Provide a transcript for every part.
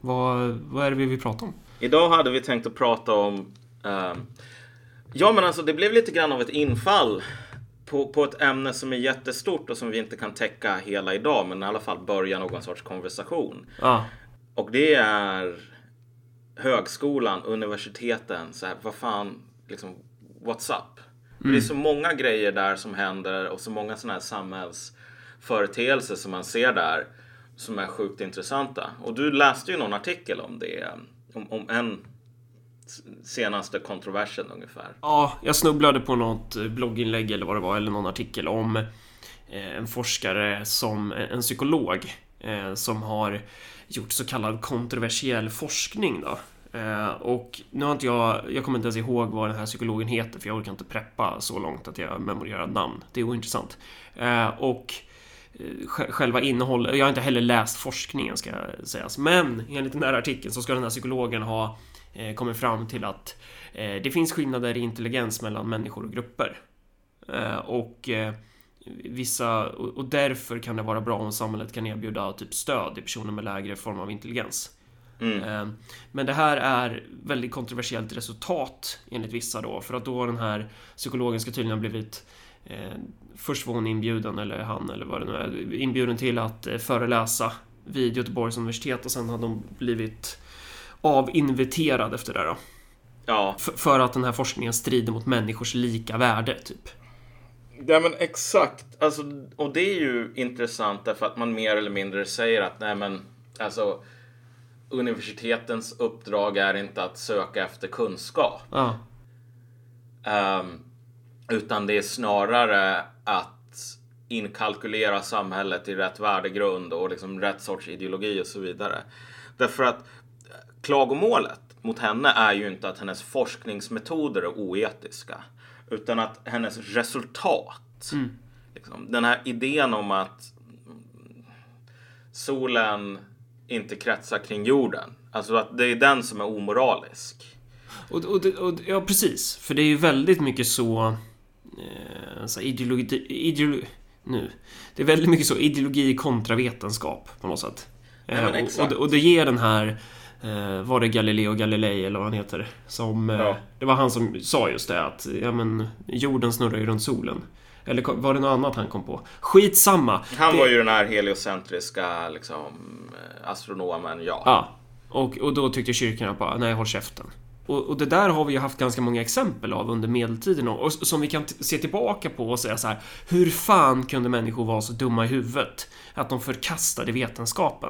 Vad är det vi vill prata om? Idag hade vi tänkt att prata om... ja, men alltså det blev lite grann av ett infall på ett ämne som är jättestort och som vi inte kan täcka hela idag, men i alla fall börja någon sorts konversation. Och det är högskolan, universiteten, så här, vad fan, liksom, what's up? Det är så många grejer där som händer och så många sådana här samhällsföreteelser som man ser där som är sjukt intressanta. Och du läste ju någon artikel om det, om en senaste kontroversen ungefär. Ja, jag snubblade på något blogginlägg eller vad det var, eller någon artikel om en forskare, en psykolog som har gjort så kallad kontroversiell forskning då. Och nu har inte jag kommer inte ens ihåg vad den här psykologen heter, för jag orkar inte preppa så långt att jag memorerar namn. Det är ointressant. Och själva innehållet, jag har inte heller läst forskningen ska sägas, men enligt den här artikeln så ska den här psykologen ha kommit fram till att det finns skillnader i intelligens mellan människor och grupper. Och därför kan det vara bra om samhället kan erbjuda typ stöd till personer med lägre form av intelligens. Men det här är väldigt kontroversiellt resultat enligt vissa då, för att då den här psykologen ska tydligen ha blivit först var hon inbjuden, eller han eller vad det nu är, inbjuden till att föreläsa vid Göteborgs universitet, och sen hade de blivit avinviterad efter det då. Ja. För att den här forskningen strider mot människors lika värde typ. Ja, men exakt. Alltså, och det är ju intressant därför att man mer eller mindre säger att nej, men alltså universitetens uppdrag är inte att söka efter kunskap. Utan det är snarare att inkalkylera samhället i rätt värdegrund och liksom rätt sorts ideologi och så vidare. Därför att klagomålet mot henne är ju inte att hennes forskningsmetoder är oetiska, utan att hennes resultat, liksom, den här idén om att solen inte kretsar kring jorden, alltså att det är den som är omoralisk. Ja, precis. För det är ju väldigt mycket så ideologi nu. Det är väldigt mycket så ideologi kontra vetenskap på något sätt. Och det ger den här var det Galileo Galilei eller vad han heter som det var han som sa just det att ja, men jorden snurrar ju runt solen. Eller var det något annat han kom på? Skitsamma. Han var ju den här heliocentriska liksom astronomen, Ja. Och då tyckte kyrkan att bara, nej, håll käften. Och det där har vi ju haft ganska många exempel av under medeltiden och som vi kan se tillbaka på och säga så här: hur fan kunde människor vara så dumma i huvudet att de förkastade vetenskapen?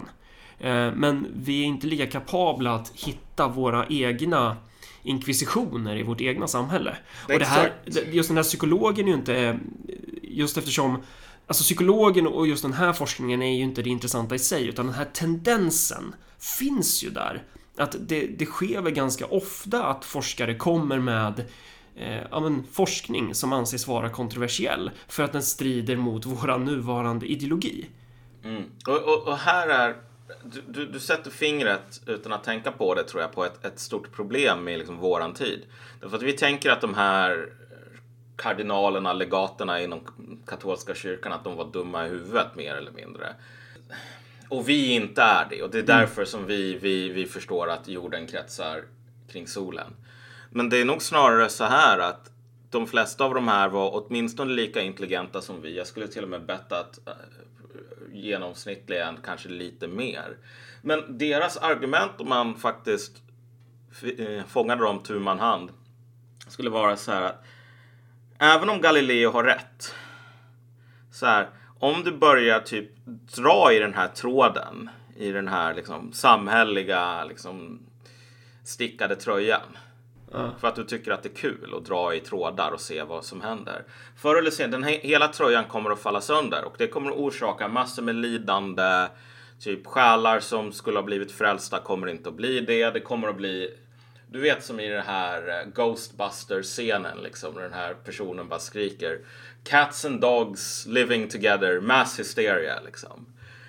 Men vi är inte lika kapabla att hitta våra egna inkvisitioner i vårt egna samhälle. Och det här, just den här psykologen är ju inte, just eftersom alltså psykologen och just den här forskningen är ju inte det intressanta i sig, utan den här tendensen finns ju där. Att det sker väl ganska ofta att forskare kommer med forskning som anses vara kontroversiell för att den strider mot våra nuvarande ideologi. Och här är du sätter fingret utan att tänka på det, tror jag, på ett stort problem med liksom våran tid. Därför att vi tänker att de här kardinalerna, legaterna inom katolska kyrkan, att de var dumma i huvudet mer eller mindre. Och vi inte är det. Och det är därför som vi förstår att jorden kretsar kring solen. Men det är nog snarare så här att de flesta av de här var åtminstone lika intelligenta som vi. Jag skulle till och med betta att genomsnittligen kanske lite mer. Men deras argument, om man faktiskt fångade dem tu man hand, skulle vara så här att även om Galileo har rätt, så här, om du börjar typ dra i den här tråden, i den här liksom samhälleliga liksom stickade tröjan, för att du tycker att det är kul att dra i trådar och se vad som händer. Förr eller senare, hela tröjan kommer att falla sönder och det kommer att orsaka massor med lidande. Typ själar som skulle ha blivit frälsta kommer inte att bli det. Det kommer att bli, du vet, som i den här Ghostbusters-scenen liksom, den här personen bara skriker "Cats and dogs living together, mass hysteria" liksom.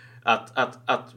Att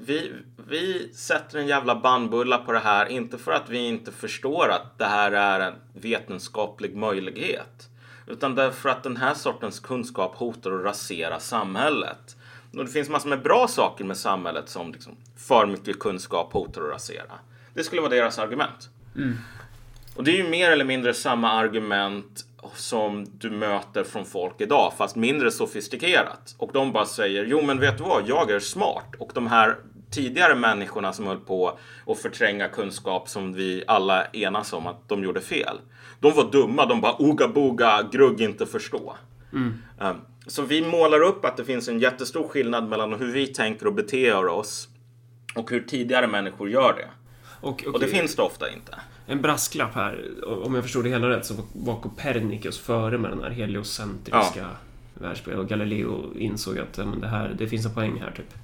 vi sätter en jävla bandbulla på det här, inte för att vi inte förstår att det här är en vetenskaplig möjlighet, utan därför att den här sortens kunskap hotar att rasera samhället. Och det finns massor med bra saker med samhället som liksom, för mycket kunskap hotar att rasera. Det skulle vara deras argument. Och det är ju mer eller mindre samma argument som du möter från folk idag, fast mindre sofistikerat. Och de bara säger, jo men vet du vad, jag är smart. Och de här tidigare människorna som höll på att förtränga kunskap som vi alla enas om att de gjorde fel. De var dumma, de bara oga boga, grugg inte förstå. Så vi målar upp att det finns en jättestor skillnad mellan hur vi tänker och beter oss och hur tidigare människor gör det. Och det finns det ofta inte. En brasklapp här, om jag förstår det hela rätt så var Copernicus före med den här heliocentriska världsbilden, och Galileo insåg att det finns en poäng här typ.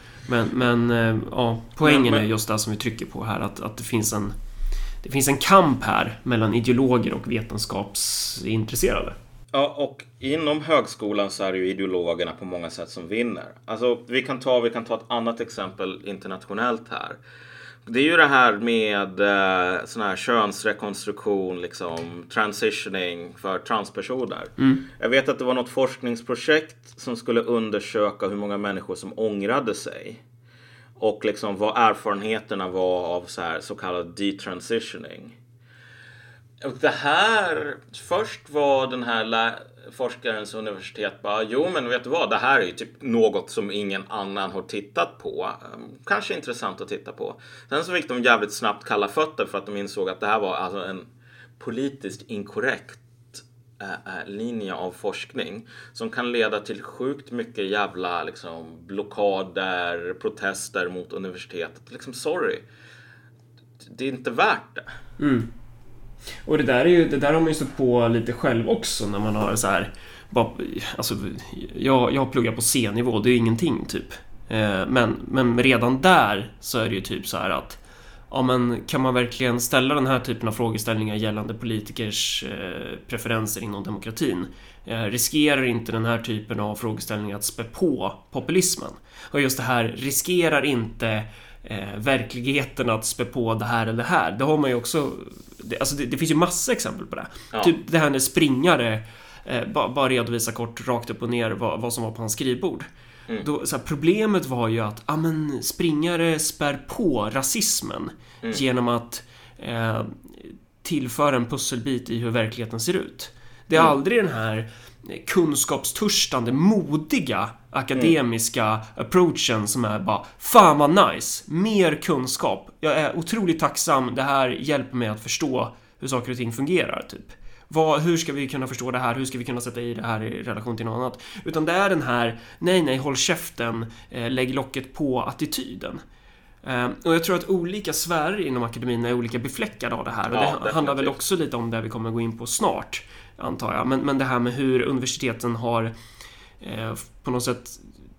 Poängen är just det som vi trycker på här, att det finns en kamp här mellan ideologer och vetenskapsintresserade. Ja, och inom högskolan så är det ju ideologerna på många sätt som vinner. Alltså vi kan ta ett annat exempel internationellt här. Det är ju det här med sån här könsrekonstruktion, liksom transitioning för transpersoner. Jag vet att det var något forskningsprojekt som skulle undersöka hur många människor som ångrade sig. Och liksom vad erfarenheterna var av så kallad detransitioning. Och det här, först var den här forskarens universitet bara, jo men vet du vad, det här är ju typ något som ingen annan har tittat på. Kanske intressant att titta på. Sen så fick de jävligt snabbt kalla fötter för att de insåg att det här var alltså en politiskt inkorrekt linje av forskning som kan leda till sjukt mycket jävla liksom, blockader, protester mot universitetet. Liksom, sorry. Det är inte värt det. Och det där har man ju stått på lite själv också när man har så här, alltså jag pluggar på C-nivå, det är ju ingenting typ. Men redan där så är det ju typ så här att men kan man verkligen ställa den här typen av frågeställningar gällande politikers preferenser inom demokratin? Riskerar inte den här typen av frågeställningar att spä på populismen? Och just det här, riskerar inte verkligheten att spä på det här eller det här? Det har man ju också, det finns ju massa exempel på det. Ja. Typ det här när springare bara redovisa kort rakt upp och ner vad som var på hans skrivbord. Då, så här, problemet var ju att springare spär på rasismen genom att tillföra en pusselbit i hur verkligheten ser ut. Det är aldrig den här kunskapstörstande, modiga akademiska approachen som är bara, fan vad nice, mer kunskap, jag är otroligt tacksam, det här hjälper mig att förstå hur saker och ting fungerar typ. Hur ska vi kunna förstå det här? Hur ska vi kunna sätta i det här i relation till något annat? Utan det är den här, nej, håll käften, lägg locket på attityden. Och jag tror att olika sfärer inom akademin är olika befläckade av det här. Och det handlar väl också lite om det vi kommer gå in på snart, antar jag. Men det här med hur universiteten har på något sätt,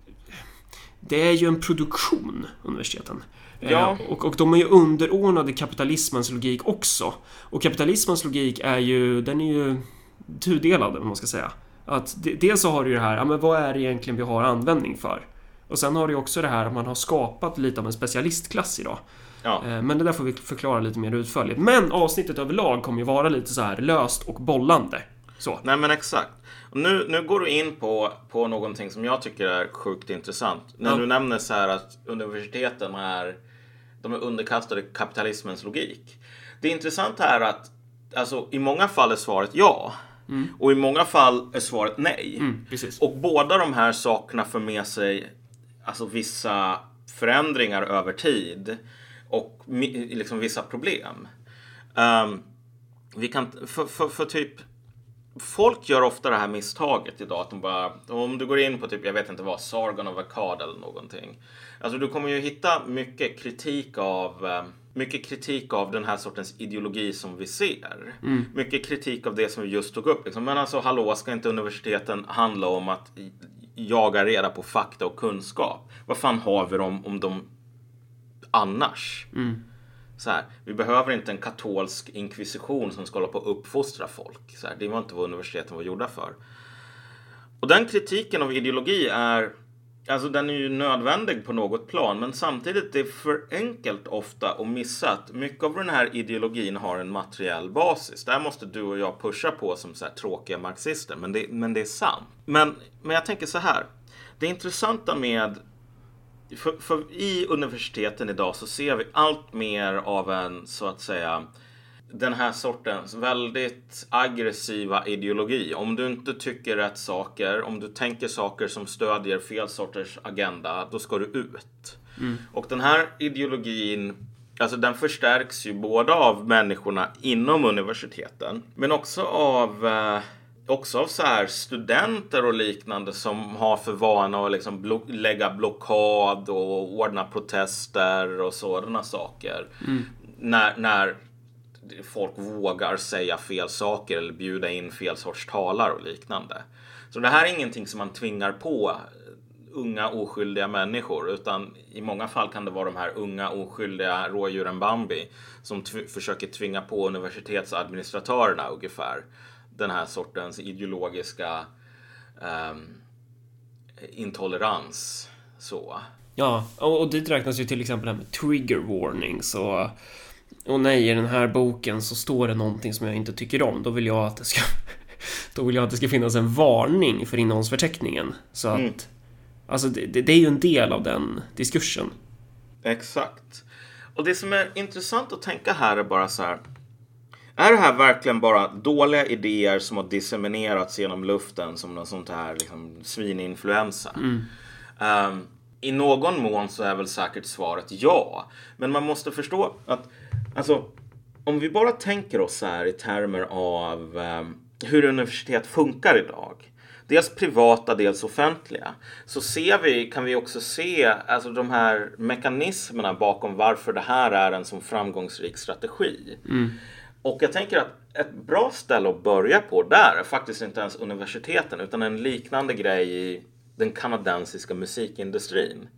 det är ju en produktion, universiteten. Ja. Och de är ju underordnade kapitalismens logik också. Och kapitalismens logik den är ju tudelad, om man ska säga. Att dels så har du ju det här, men vad är det egentligen vi har användning för? Och sen har du ju också det här att man har skapat lite av en specialistklass idag. Ja. Men det där får vi förklara lite mer utförligt. Men avsnittet överlag kommer ju vara lite så här löst och bollande. Så. Nej men exakt. Och nu går du in på någonting som jag tycker är sjukt intressant. När du nämner så här att universiteten de är underkastade kapitalismens logik. Det intressanta är att alltså, i många fall är svaret ja. Och i många fall är svaret nej. Precis. Och båda de här sakerna för med sig alltså, vissa förändringar över tid. Och liksom vissa problem. Vi kan för typ folk gör ofta det här misstaget idag att de bara, om du går in på typ, jag vet inte vad, Sargon of Akkad eller någonting. Alltså du kommer ju hitta mycket kritik av den här sortens ideologi som vi ser. Mycket kritik av det som vi just tog upp. Liksom. Men alltså hallå, ska inte universiteten handla om att jaga reda på fakta och kunskap? Vad fan har vi om de annars? Så här, vi behöver inte en katolsk inkvisition som ska hålla på att uppfostra folk. Så här, det var inte vad universiteten var gjorda för. Och den kritiken av ideologi den är ju nödvändig på något plan. Men samtidigt är det för enkelt ofta och missat. Mycket av den här ideologin har en materiell basis. Där måste du och jag pusha på som så här tråkiga marxister. Men det är sant. Men jag tänker så här. det intressanta med för i universiteten idag så ser vi allt mer av en, så att säga, den här sortens väldigt aggressiva ideologi. Om du inte tycker rätt saker, om du tänker saker som stödjer fel sorters agenda, då ska du ut. Och den här ideologin, alltså den förstärks ju både av människorna inom universiteten, men också av så här studenter och liknande som har för vana att liksom lägga blockad och ordna protester och sådana saker. När folk vågar säga fel saker eller bjuda in fel sorts talare och liknande. Så det här är ingenting som man tvingar på unga oskyldiga människor, utan i många fall kan det vara de här unga oskyldiga rådjuren Bambi som försöker tvinga på universitetsadministratörerna ungefär den här sortens ideologiska intolerans. Så. Ja, och dit räknas ju till exempel det här med trigger warnings och nej, i den här boken så står det någonting som jag inte tycker om. Då vill jag att det ska finnas en varning för innehållsförteckningen. Så att alltså det är ju en del av den diskursen. Exakt. Och det som är intressant att tänka här är bara så här: är det här verkligen bara dåliga idéer som har disseminerats genom luften som något sånt här liksom svininfluensa? I någon mån så är väl säkert svaret ja. Men man måste förstå att alltså, om vi bara tänker oss här i termer av hur universitet funkar idag, dels privata, dels offentliga, så kan vi också se alltså, de här mekanismerna bakom varför det här är en så framgångsrik strategi. Och jag tänker att ett bra ställe att börja på där är faktiskt inte ens universiteten, utan en liknande grej i den kanadensiska musikindustrin.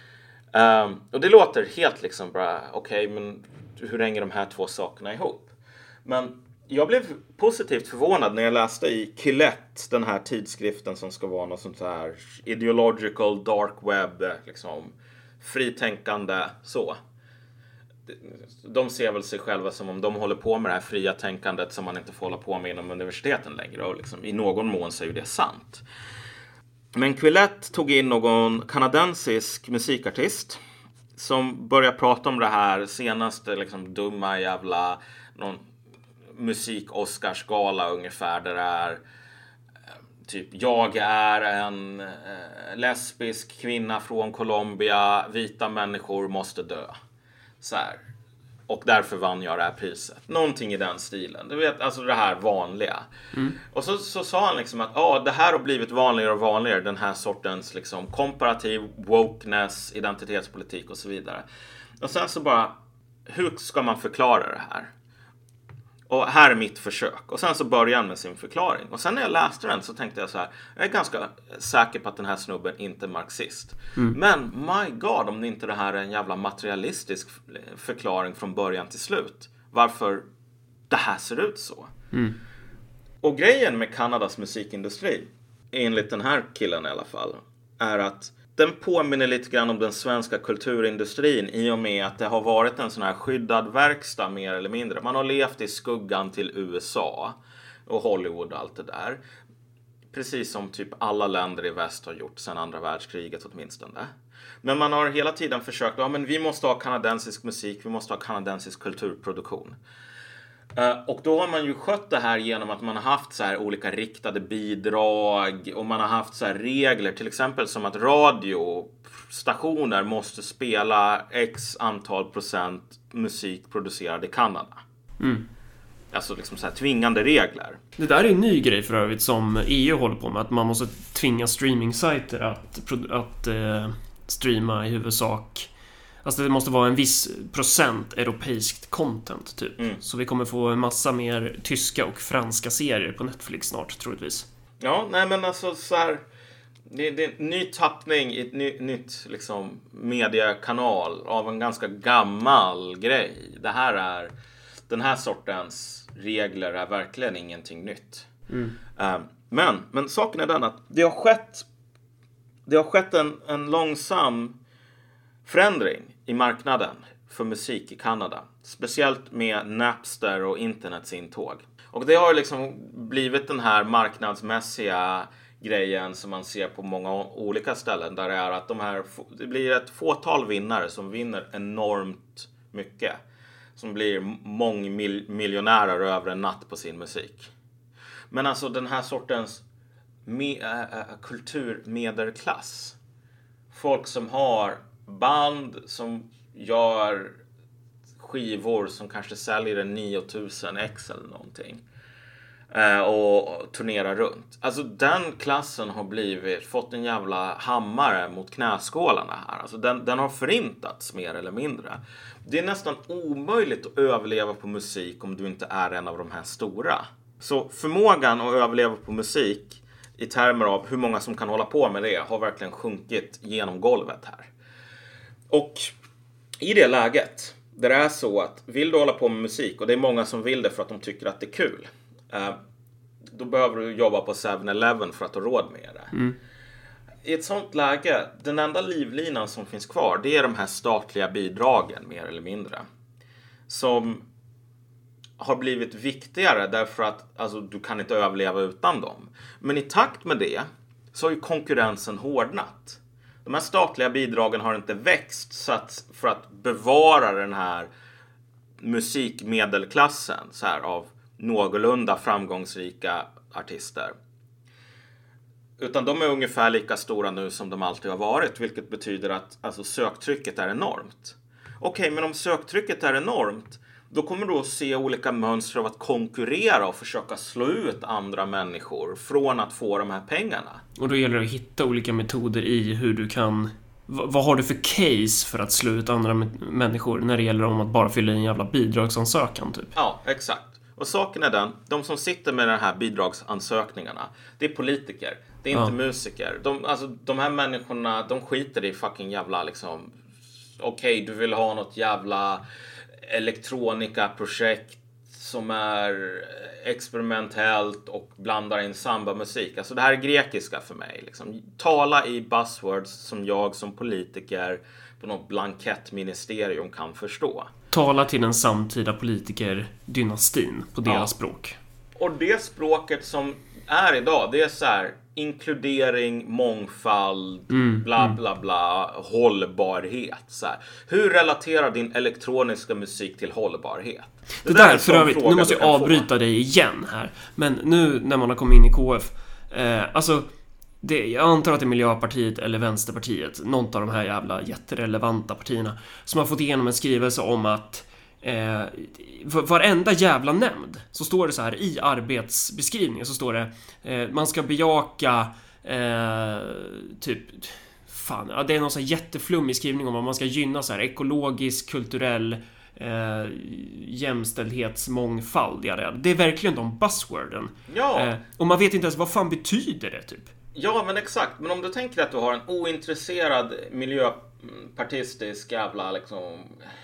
Och det låter helt liksom bara okej, men hur hänger de här två sakerna ihop? Men jag blev positivt förvånad när jag läste i Quillette, den här tidskriften som ska vara något sånt här ideological dark web, liksom fritänkande så. De ser väl sig själva som om de håller på med det här fria tänkandet som man inte får hålla på med inom universiteten längre, och liksom, i någon mån så är ju det sant. Men Quillette tog in någon kanadensisk musikartist som började prata om det här senaste liksom dumma jävla någon musik-Oscarsgala ungefär, där det är typ jag är en lesbisk kvinna från Colombia, vita människor måste dö. Så här. Och därför vann jag det här priset. Någonting i den stilen. Du vet, alltså det här vanliga. Och så sa han liksom att det här har blivit vanligare och vanligare. Den här sortens liksom komparativ wokeness, identitetspolitik och så vidare. Och sen så bara, hur ska man förklara det här? Och här är mitt försök. Och sen så börjar han med sin förklaring. Och sen när jag läste den så tänkte jag så här: jag är ganska säker på att den här snubben inte är marxist. Men my god, om inte det här är en jävla materialistisk förklaring från början till slut. Varför det här ser ut så. Och grejen med Kanadas musikindustri, enligt den här killen i alla fall, är att den påminner lite grann om den svenska kulturindustrin i och med att det har varit en sån här skyddad verkstad mer eller mindre. Man har levt i skuggan till USA och Hollywood och allt det där. Precis som typ alla länder i väst har gjort sedan andra världskriget åtminstone. Men man har hela tiden försökt, men vi måste ha kanadensisk musik, vi måste ha kanadensisk kulturproduktion. Och då har man ju skött det här genom att man har haft så här olika riktade bidrag och man har haft så här regler, till exempel som att radiostationer måste spela x antal procent musik producerad i Kanada. Alltså liksom så här tvingande regler. Det där är en ny grej för övrigt som EU håller på med, att man måste tvinga streamingsajter att streama i huvudsak. Alltså det måste vara en viss procent europeiskt content typ. Så vi kommer få en massa mer tyska och franska serier på Netflix snart, troligtvis. Ja, nej men alltså så här, det är en ny tappning i ett nytt liksom mediekanal av en ganska gammal grej. Den här sortens regler är verkligen ingenting nytt. Men saken är den att det har skett en långsam förändring i marknaden för musik i Kanada. Speciellt med Napster och internets intåg. Och det har liksom blivit den här marknadsmässiga grejen som man ser på många olika ställen, där det är att det blir ett fåtal vinnare som vinner enormt mycket, som blir mångmiljonärer över en natt på sin musik. Men alltså den här sortens kulturmedelklass, folk som har band som gör skivor som kanske säljer en 9000 ex eller någonting, och turnerar runt. Alltså den klassen har fått en jävla hammare mot knäskålarna här. Alltså den har förintats mer eller mindre. Det är nästan omöjligt att överleva på musik om du inte är en av de här stora. Så förmågan att överleva på musik i termer av hur många som kan hålla på med det har verkligen sjunkit genom golvet här. Och i det läget, där det är så att vill du hålla på med musik, och det är många som vill det för att de tycker att det är kul, då behöver du jobba på 7-Eleven för att ha råd med det. I ett sånt läge, den enda livlinan som finns kvar, det är de här statliga bidragen mer eller mindre, som har blivit viktigare därför att alltså, du kan inte överleva utan dem. Men i takt med det så har ju konkurrensen hårdnat. De här statliga bidragen har inte växt så att, för att bevara den här musikmedelklassen så här, av någorlunda framgångsrika artister. Utan de är ungefär lika stora nu som de alltid har varit, vilket betyder att alltså, söktrycket är enormt. Okej, men om söktrycket är enormt, då kommer du att se olika mönster av att konkurrera och försöka slå ut andra människor från att få de här pengarna. Och då gäller det att hitta olika metoder i hur du kan... Vad har du för case för att slå ut andra människor när det gäller om att bara fylla i en jävla bidragsansökan typ? Ja, exakt. Och saken är den, de som sitter med de här bidragsansökningarna, det är politiker, det är inte musiker. De här människorna, de skiter i fucking jävla liksom... Okej, du vill ha något jävla elektronikaprojekt som är experimentellt och blandar in samba-musik. Alltså det här är grekiska för mig. Liksom. Tala i buzzwords som jag som politiker på något blankettministerium kan förstå. Tala till den samtida politikerdynastin på deras språk. Och det språket som är idag, det är så här inkludering, mångfald, bla bla bla, hållbarhet. Så här. Hur relaterar din elektroniska musik till hållbarhet? Det där för övrigt, nu måste jag avbryta dig igen här. Men nu när man har kommit in i KF, alltså jag antar att det är Miljöpartiet eller Vänsterpartiet, någon av de här jävla jätterelevanta partierna, som har fått igenom en skrivelse om att varenda jävla nämnd så står det så här i arbetsbeskrivningen, så står det man ska bejaka typ fan, ja, det är någon så här jätteflummig skrivning om vad man ska gynna, så här ekologisk, kulturell jämställdhetsmångfald. Det är verkligen de buzzworden. Ja. Och man vet inte ens vad fan betyder det typ. Ja, men exakt. Men om du tänker att du har en ointresserad miljöpartistisk jävla liksom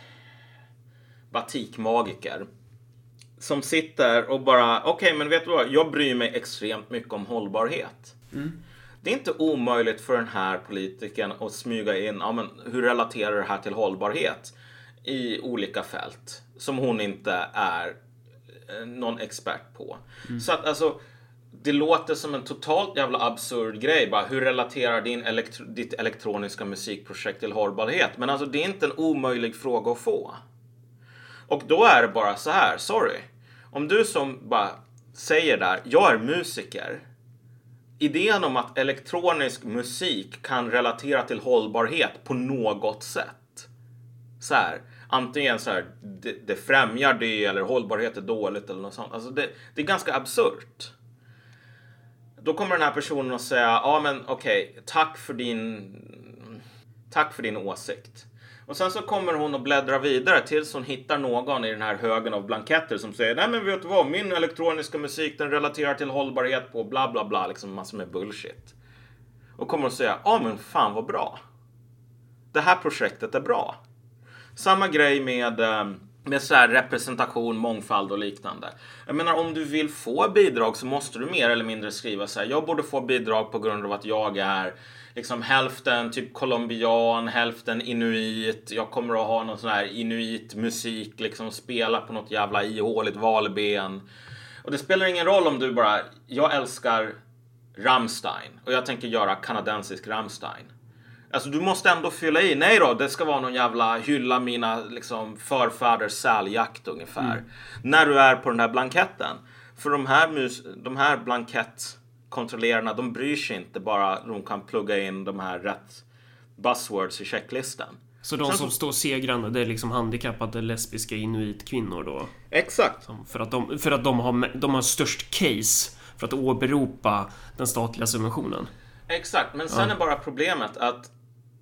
batikmagiker som sitter och bara okej, men vet du vad? Jag bryr mig extremt mycket om hållbarhet. Det är inte omöjligt för den här politikern att smyga in, ja, men hur relaterar det här till hållbarhet i olika fält som hon inte är någon expert på. Så att alltså det låter som en totalt jävla absurd grej. Bara, hur relaterar ditt elektroniska musikprojekt till hållbarhet? Men alltså det är inte en omöjlig fråga att få. Och då är det bara så här, sorry. Om du som bara säger där, jag är musiker. Idén om att elektronisk musik kan relatera till hållbarhet på något sätt. Så här, antingen så här, det främjar det eller hållbarhet är dåligt eller något sånt. Alltså det är ganska absurt. Då kommer den här personen att säga, ja men okej, tack för din åsikt. Och sen så kommer hon att bläddra vidare tills hon hittar någon i den här högen av blanketter som säger, nej men vet du vad, min elektroniska musik den relaterar till hållbarhet på bla bla bla, liksom massor med bullshit. Och kommer att säga, ja men fan vad bra. Det här projektet är bra. Samma grej med så här representation, mångfald och liknande. Jag menar, om du vill få bidrag så måste du mer eller mindre skriva så här, jag borde få bidrag på grund av att jag är liksom hälften typ colombian, hälften inuit. Jag kommer att ha någon sån här inuit musik, liksom spela på något jävla ihåligt valben. Och det spelar ingen roll om du bara, jag älskar Rammstein. Och jag tänker göra kanadensisk Rammstein. Alltså du måste ändå fylla i. Nej då, det ska vara någon jävla hylla mina liksom förfäders säljakt ungefär. När du är på den här blanketten. För de här blankettkontrollerarna, de bryr sig inte bara de kan plugga in de här rätt buzzwords i checklistan. Så de som står segrande, det är liksom handikappade lesbiska inuitkvinnor då? Exakt. För att de har störst case för att åberopa den statliga subventionen. Exakt, men sen är bara problemet att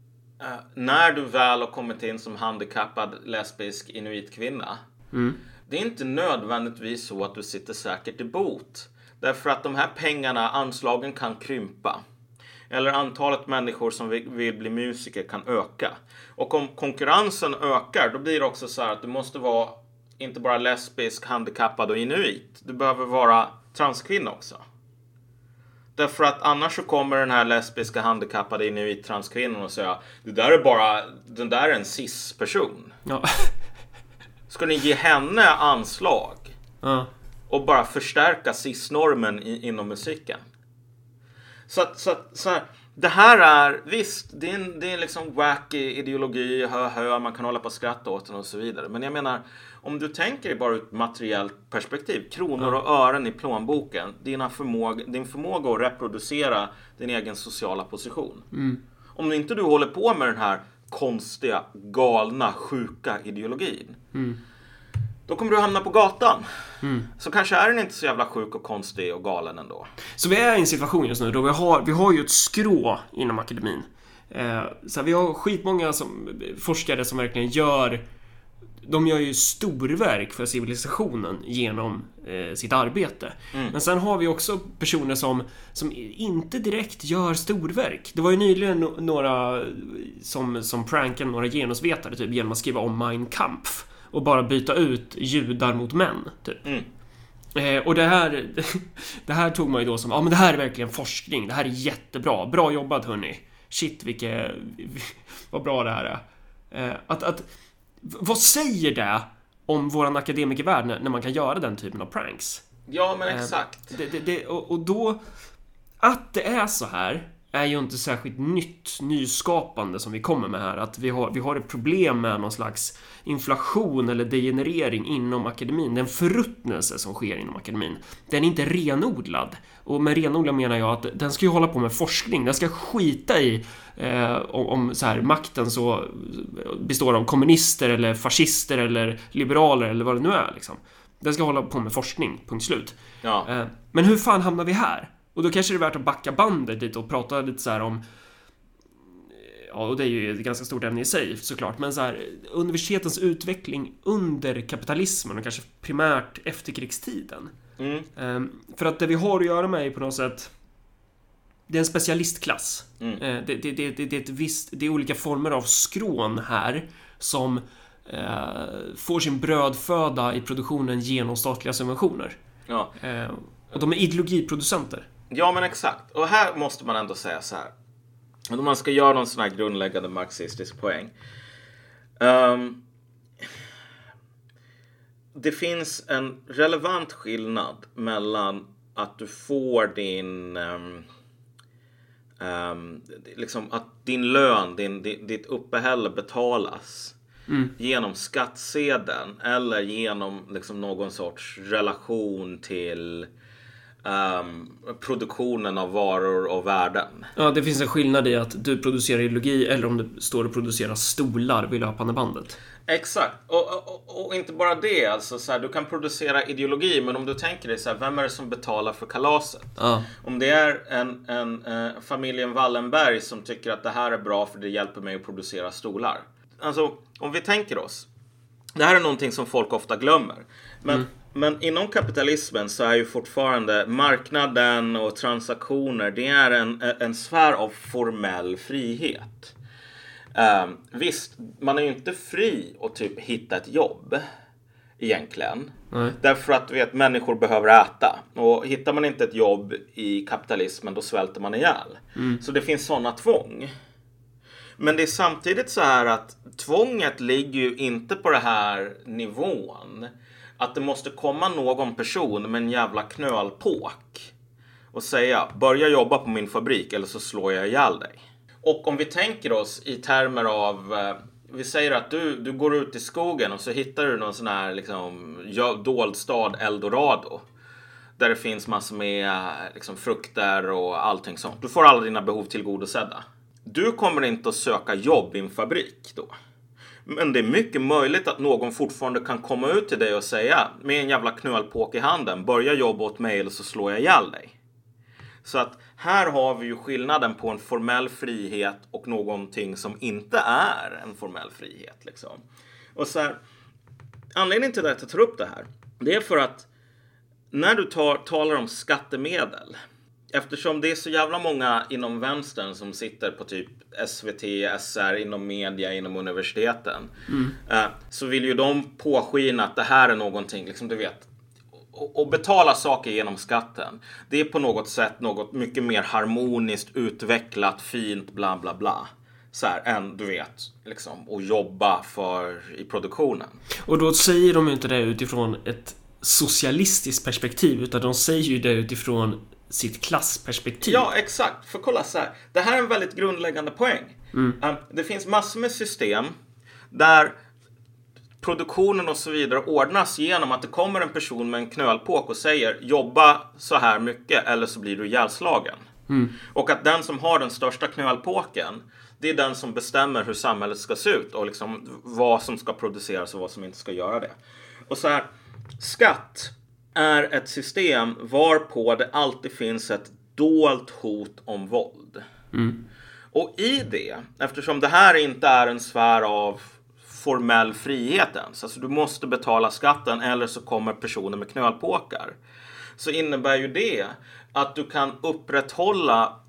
när du väl har kommit in som handikappad lesbisk inuitkvinna, det är inte nödvändigtvis så att du sitter säkert i bot. Därför att de här pengarna, anslagen kan krympa. Eller antalet människor som vill bli musiker kan öka. Och om konkurrensen ökar, då blir det också så här att du måste vara inte bara lesbisk, handikappad och inuit. Du behöver vara transkvinna också. Därför att annars så kommer den här lesbiska, handikappade, inuit, transkvinnan och säga den där är en cis-person. Ja. Ska ni ge henne anslag och bara förstärka cis-normen inom musiken? Så här, det här är, visst, det är liksom wacky ideologi, man kan hålla på och skratta åt den och så vidare. Men jag menar, om du tänker bara ur ett materiellt perspektiv, kronor och ören i plånboken, din förmåga att reproducera din egen sociala position. Om inte du håller på med den här konstiga, galna, sjuka ideologin, då kommer du hamna på gatan. Så kanske är den inte så jävla sjuk och konstig och galen ändå. Så vi är i en situation just nu då vi har ju ett skrå inom akademin. Så vi har skitmånga forskare som verkligen gör ju storverk för civilisationen genom sitt arbete. Men sen har vi också personer som inte direkt gör storverk. Det var ju nyligen några som prankade några genusvetare typ, genom att skriva om Mein Kampf och bara byta ut judar mot män typ. Och det här tog man ju då som men det här är verkligen forskning, det här är jättebra, bra jobbat hörni, shit vad bra det här är. Vad säger det om våran akademikervärld när man kan göra den typen av pranks? Ja, men exakt. Och då, att det är så här är ju inte särskilt nyskapande som vi kommer med här. Att vi har ett problem med någon slags inflation eller degenerering inom akademin. Den förruttnelse som sker inom akademin, den är inte renodlad. Och med renodlad menar jag att den ska ju hålla på med forskning. Den ska skita i om så här, makten så består av kommunister eller fascister eller liberaler eller vad det nu är liksom. Den ska hålla på med forskning, punkt slut. Ja. Men hur fan hamnar vi här? Och då kanske det är värt att backa bandet lite och prata lite så här om, och det är ju ett ganska stort ämne i sig såklart, men så här, universitetens utveckling under kapitalismen och kanske primärt efterkrigstiden. För att det vi har att göra med är på något sätt, det är en specialistklass. Det är olika former av skrån här som får sin brödföda i produktionen genom statliga subventioner. Ja. Och de är ideologiproducenter. Ja, men exakt. Och här måste man ändå säga så här. Om man ska göra någon sån här grundläggande marxistisk poäng. Det finns en relevant skillnad mellan att du får din liksom att din lön, ditt uppehälle betalas genom skattsedeln eller genom liksom någon sorts relation till produktionen av varor och värden. Ja, det finns en skillnad i att du producerar ideologi eller om du står och producerar stolar vid löpande bandet. Exakt. Och inte bara det, alltså så här, du kan producera ideologi, men om du tänker dig så här, vem är det som betalar för kalaset? Om det är en familjen Wallenberg som tycker att det här är bra för det hjälper mig att producera stolar. Alltså, om vi tänker oss, det här är någonting som folk ofta glömmer. Men inom kapitalismen så är ju fortfarande marknaden och transaktioner, det är en sfär av formell frihet. Visst, man är ju inte fri att typ hitta ett jobb egentligen. Därför att du vet, människor behöver äta. Och hittar man inte ett jobb i kapitalismen, då svälter man ihjäl. Så det finns sådana tvång. Men det är samtidigt så här att tvånget ligger ju inte på det här nivån. Att det måste komma någon person med en jävla knölpåk och säga börja jobba på min fabrik eller så slår jag ihjäl dig. Och om vi tänker oss i termer av vi säger att du går ut i skogen och så hittar du någon sån här liksom, dold stad Eldorado. Där det finns massor med liksom, frukter och allting sånt. Du får alla dina behov tillgodosedda. Du kommer inte att söka jobb i en fabrik då. Men det är mycket möjligt att någon fortfarande kan komma ut till dig och säga med en jävla knölpåk i handen, börja jobba åt mig eller så slår jag ihjäl dig. Så att här har vi ju skillnaden på en formell frihet och någonting som inte är en formell frihet. Liksom. Och så här, anledningen till att jag tar upp det här, det är för att när du talar om skattemedel, eftersom det är så jävla många inom vänstern som sitter på typ SVT, SR, inom media, inom universiteten, så vill ju de påskina att det här är någonting, liksom du vet, och betala saker genom skatten. Det är på något sätt något mycket mer harmoniskt, utvecklat, fint, bla bla bla. Så här, än du vet, liksom, och jobba i produktionen. Och då säger de ju inte det utifrån ett socialistiskt perspektiv, utan de säger ju det utifrån sitt klassperspektiv. Ja, exakt. För kolla så här. Det här är en väldigt grundläggande poäng. Det finns massor med system där produktionen och så vidare ordnas genom att det kommer en person med en knölpåk och säger jobba så här mycket eller så blir du ihjälslagen. Och att den som har den största knölpåken, det är den som bestämmer hur samhället ska se ut och liksom vad som ska produceras och vad som inte ska göra det. Och så här, skatt är ett system varpå det alltid finns ett dolt hot om våld. Och i det, eftersom det här inte är en sfär av formell frihet ens, alltså du måste betala skatten eller så kommer personer med knölpåkar, så innebär ju det att du kan upprätthålla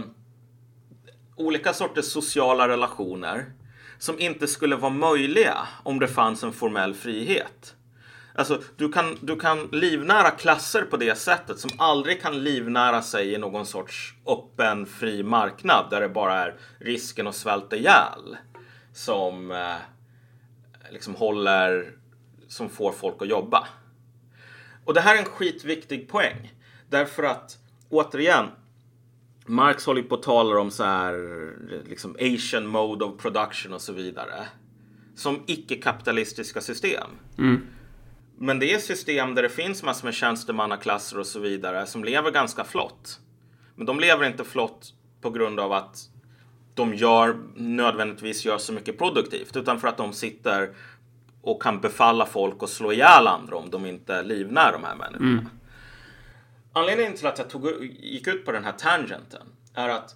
olika sorters sociala relationer som inte skulle vara möjliga om det fanns en formell frihet. Alltså du kan livnära klasser på det sättet som aldrig kan livnära sig i någon sorts öppen fri marknad där det bara är risken att svälta ihjäl som liksom som får folk att jobba. Och det här är en skitviktig poäng. Därför att, återigen, Marx håller på att tala om så här liksom Asian mode of production och så vidare. Som icke-kapitalistiska system. Men det är system där det finns massor med tjänstemannaklasser och så vidare som lever ganska flott. Men de lever inte flott på grund av att de nödvändigtvis gör så mycket produktivt, utan för att de sitter och kan befalla folk och slå ihjäl andra om de inte livnär de här människorna. Anledningen till att jag gick ut på den här tangenten är att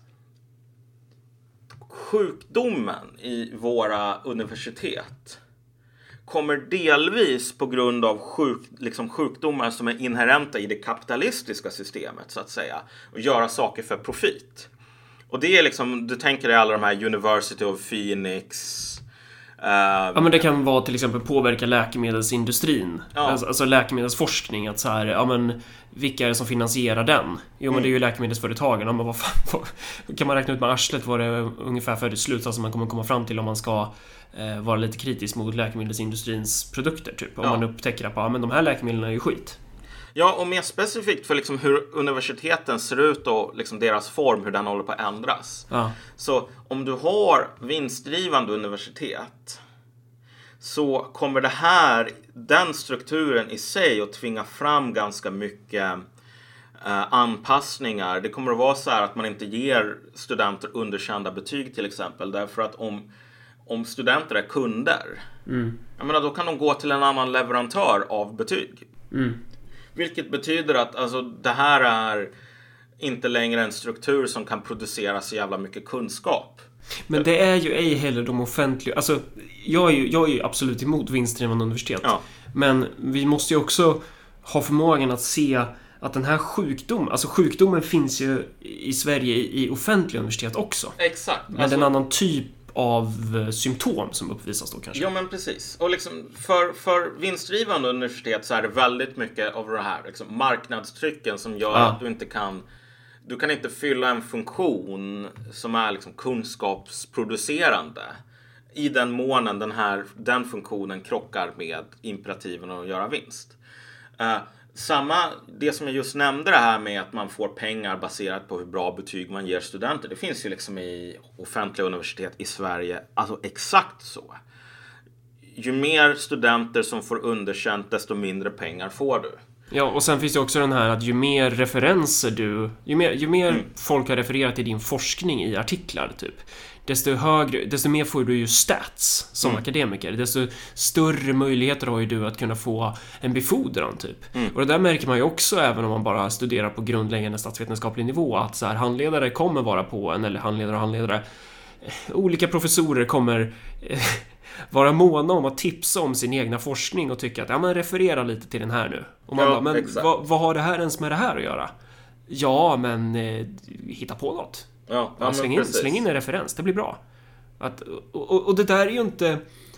sjukdomen i våra universitet kommer delvis på grund av sjukdomar som är inherenta i det kapitalistiska systemet så att säga, och göra saker för profit. Och det är liksom, du tänker dig alla de här University of Phoenix. Ja, men det kan vara till exempel påverka läkemedelsindustrin. Ja. Alltså läkemedelsforskning, att så här, ja men vilka är det som finansierar den? Jo, men det är ju läkemedelsföretagen. Ja, men vad fan, kan man räkna ut med arslet vad det är ungefär för slutsats som man kommer komma fram till om man ska vara lite kritisk mot läkemedelsindustrins produkter typ. Om man upptäcker att ja, men de här läkemedlen är ju skit. Ja, och mer specifikt för liksom hur universiteten ser ut och liksom deras form, hur den håller på att ändras. Ja. Så om du har vinstdrivande universitet så kommer den strukturen i sig att tvinga fram ganska mycket anpassningar. Det kommer att vara så här att man inte ger studenter underkända betyg till exempel. Därför att om studenter är kunder, jag menar, då kan de gå till en annan leverantör av betyg. Vilket betyder att alltså, det här är inte längre en struktur som kan producera så jävla mycket kunskap. Men det är ju ej heller de offentliga. Alltså, jag är ju absolut emot vinstdrivande universitet. Ja. Men vi måste ju också ha förmågan att se att den här sjukdomen finns ju i Sverige i offentliga universitet också. Exakt. Men en annan typ av symptom som uppvisas då kanske. Ja, men precis. Och liksom för vinstdrivande universitet så är det väldigt mycket av det här liksom marknadstrycken som gör att du kan inte fylla en funktion som är liksom kunskapsproducerande i den månen den funktionen krockar med imperativen att göra vinst. Det som jag just nämnde, det här med att man får pengar baserat på hur bra betyg man ger studenter. Det finns ju liksom i offentliga universitet i Sverige, alltså exakt så. Ju mer studenter som får underkänt, desto mindre pengar får du. Ja, och sen finns det också den här att ju mer referenser ju mer folk har refererat till din forskning i artiklar typ, desto mer får du ju stats som akademiker, desto större möjligheter har ju du att kunna få en befordran typ. Och det där märker man ju också även om man bara studerar på grundläggande statsvetenskaplig nivå, att så här, handledare kommer vara på en, eller handledare olika professorer kommer vara måna om att tipsa om sin egna forskning och tycka att ja, men referera lite till den här nu. Och man bara, men vad har det här ens med det här att göra? Ja, men hitta på något. Ja, släng in en referens, det blir bra. Och det där är ju inte...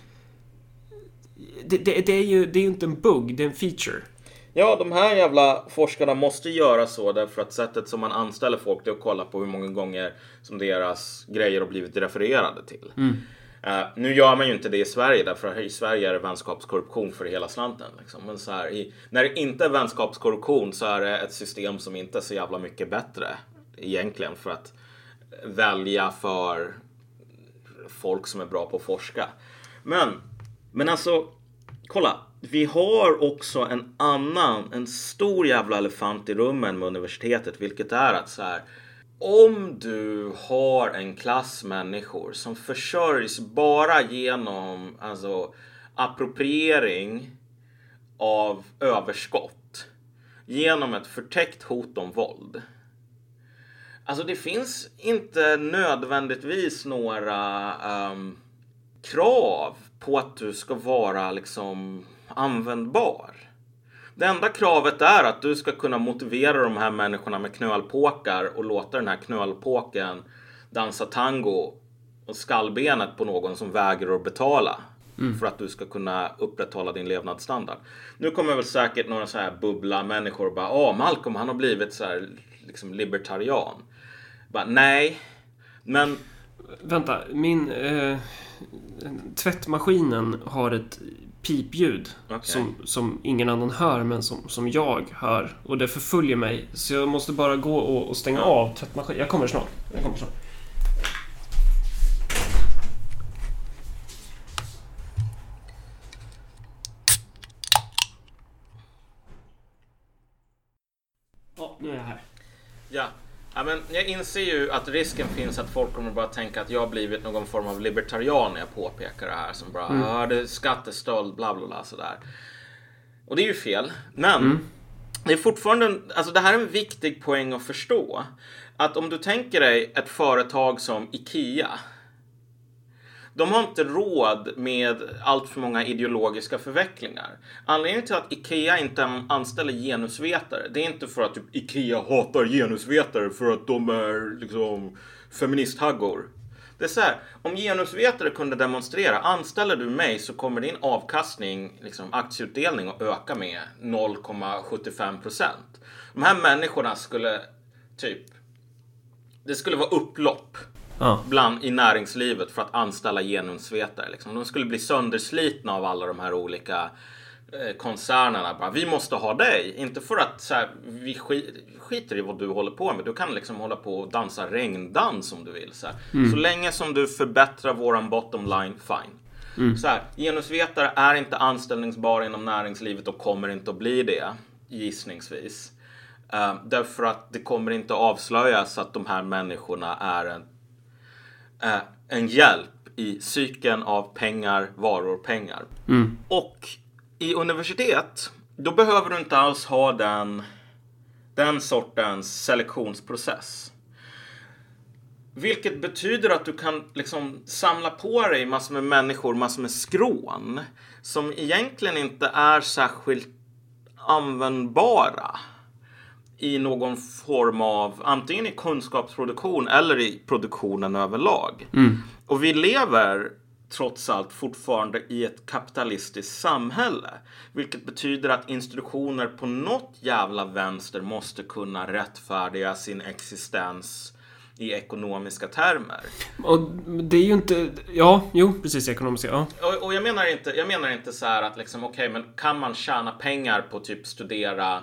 Det är ju inte en bugg, det är en feature. Ja, de här jävla forskarna måste göra så, därför att sättet som man anställer folk, det är att kolla på hur många gånger som deras grejer har blivit refererade till. Nu gör man ju inte det i Sverige, därför att i Sverige är det vänskapskorruption för hela slanten. Liksom. Men så här, när det inte är vänskapskorruption så är det ett system som inte är så jävla mycket bättre egentligen, för att välja för folk som är bra på att forska. Men alltså, kolla. Vi har också en stor jävla elefant i rummen med universitetet, vilket är att så här, om du har en klass människor som försörjs bara genom appropriering av överskott genom ett förtäckt hot om våld. Alltså det finns inte nödvändigtvis några krav på att du ska vara liksom användbar. Det enda kravet är att du ska kunna motivera de här människorna med knölpåkar och låta den här knölpåken dansa tango och skallbenet på någon som vägrar att betala för att du ska kunna upprätthålla din levnadsstandard. Nu kommer väl säkert några så här bubbla människor och bara, Malcolm han har blivit så här liksom libertarian. Bara, nej, men... Vänta, min tvättmaskinen har ett pipljud som ingen annan hör, men som jag hör, och det förföljer mig, så jag måste bara gå och stänga av tvättmaskinen. Jag kommer snart. Ja, nu är jag här. Ja, men jag inser ju att risken finns att folk kommer bara tänka att jag har blivit någon form av libertarian när jag påpekar det här, som bara, det är skattestöld, bla bla bla, sådär. Och det är ju fel, men det är fortfarande, alltså det här är en viktig poäng att förstå, att om du tänker dig ett företag som IKEA, de har inte råd med allt för många ideologiska förvecklingar. Anledningen till att IKEA inte anställer genusvetare, det är inte för att typ IKEA hatar genusvetare för att de är liksom feministhaggor. Det är så här, om genusvetare kunde demonstrera, anställer du mig så kommer din avkastning, liksom aktieutdelning, att öka med 0,75%. De här människorna skulle det skulle vara upplopp i näringslivet för att anställa genusvetare. Liksom. De skulle bli sönderslitna av alla de här olika koncernerna. Bara, vi måste ha dig. Inte för att så här, vi skiter i vad du håller på med. Du kan liksom hålla på och dansa regndans om du vill. Så länge som du förbättrar våran bottom line, fine. Så här, genusvetare är inte anställningsbara inom näringslivet och kommer inte att bli det, gissningsvis. Därför att det kommer inte avslöjas att de här människorna är en hjälp i cykeln av pengar, varor, pengar. Och i universitet, då behöver du inte alls ha den sortens selektionsprocess. Vilket betyder att du kan liksom samla på dig massor med människor, massor med skrån, som egentligen inte är särskilt användbara i någon form av, antingen i kunskapsproduktion eller i produktionen överlag. Och vi lever trots allt fortfarande i ett kapitalistiskt samhälle, vilket betyder att institutioner på något jävla vänster måste kunna rättfärdiga sin existens i ekonomiska termer. Och det är ju inte... Ja, jo, precis, ekonomiska, ja. Och jag menar inte så här att liksom, okej, men kan man tjäna pengar på typ studera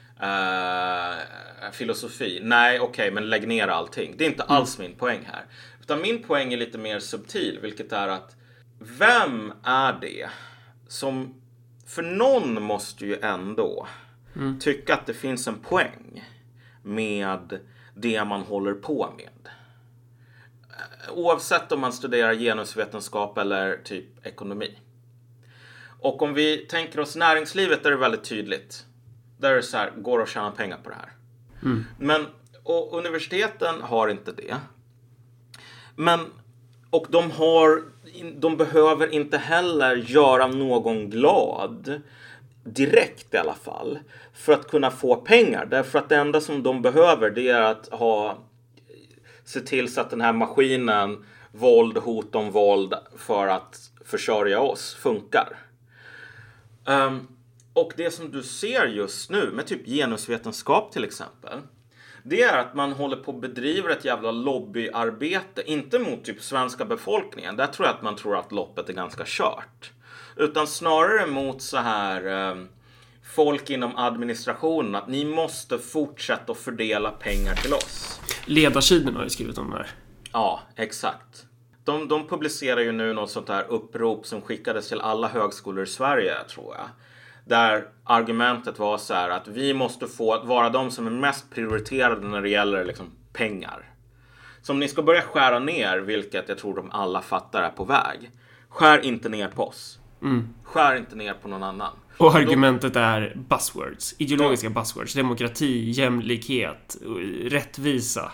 filosofi? Nej, okej, men lägg ner allting. Det är inte alls min poäng här. Utan min poäng är lite mer subtil, vilket är att vem är det som... För någon måste ju ändå tycka att det finns en poäng med det man håller på med. Oavsett om man studerar genusvetenskap eller typ ekonomi. Och om vi tänker oss näringslivet, där är det väldigt tydligt. Där är det så här, går att tjäna pengar på det här. Men, och universiteten har inte det. Men, och de behöver inte heller göra någon glad direkt i alla fall för att kunna få pengar. Därför att det enda som de behöver, det är att se till så att den här maskinen våld, hot om våld för att försörja oss funkar. Och det som du ser just nu med typ genusvetenskap till exempel, det är att man håller på att bedriva ett jävla lobbyarbete. Inte mot typ svenska befolkningen. Där tror jag att man tror att loppet är ganska kört. Utan snarare mot så här folk inom administrationen. Att ni måste fortsätta att fördela pengar till oss. Ledarsidorna har ju skrivit om det här. Ja, exakt. De publicerar ju nu något sånt här upprop som skickades till alla högskolor i Sverige, tror jag. Där argumentet var så här att vi måste få vara de som är mest prioriterade när det gäller liksom pengar. Så om ni ska börja skära ner, vilket jag tror de alla fattar är på väg. Skär inte ner på oss. Skär inte ner på någon annan. Och argumentet är buzzwords. Ideologiska buzzwords. Demokrati, jämlikhet, rättvisa.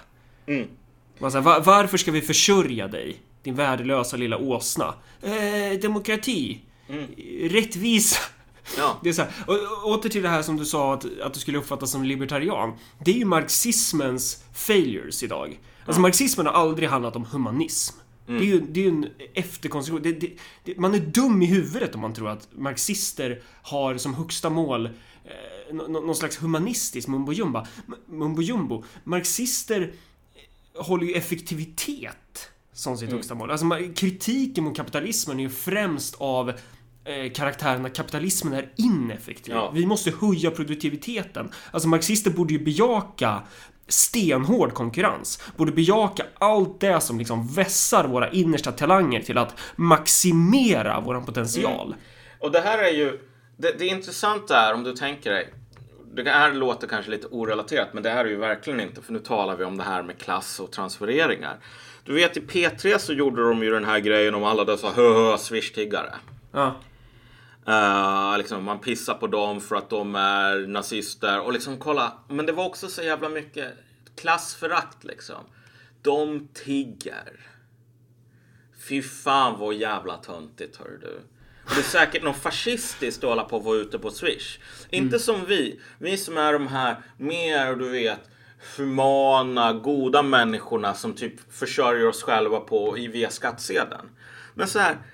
Varför ska vi försörja dig? Din värdelösa lilla åsna. Demokrati. Rättvisa. Ja. Det är så här. Och åter till det här som du sa att du skulle uppfattas som libertarian. Det är ju marxismens failures idag. Alltså marxismen har aldrig handlat om humanism. Det är ju en efterkonstruktion. Man är dum i huvudet om man tror att marxister har som högsta mål någon slags humanistisk mumbo-jumbo. Marxister håller ju effektivitet som sitt högsta mål. Alltså kritiken mot kapitalismen är ju främst av karaktären att kapitalismen är ineffektiv. Ja. Vi måste höja produktiviteten. Alltså marxister borde ju bejaka stenhård konkurrens. Borde bejaka allt det som liksom vässar våra innersta talanger till att maximera våran potential. Och det här är ju det intressanta är, om du tänker dig, det här låter kanske lite orelaterat, men det här är ju verkligen inte, för nu talar vi om det här med klass och transfereringar. Du vet, i P3 så gjorde de ju den här grejen om alla dessa swish-tiggare. Ja. Liksom man pissar på dem för att de är nazister. Och liksom kolla, men det var också så jävla mycket klassförakt liksom. De tigger. Fy fan vad jävla töntigt, hör du. Och det är säkert någon fascistiskt att hålla på att vara ute på Swish. Inte som vi som är de här mer, du vet, humana, goda människorna som typ försörjer oss själva via skattsedeln. Men så här,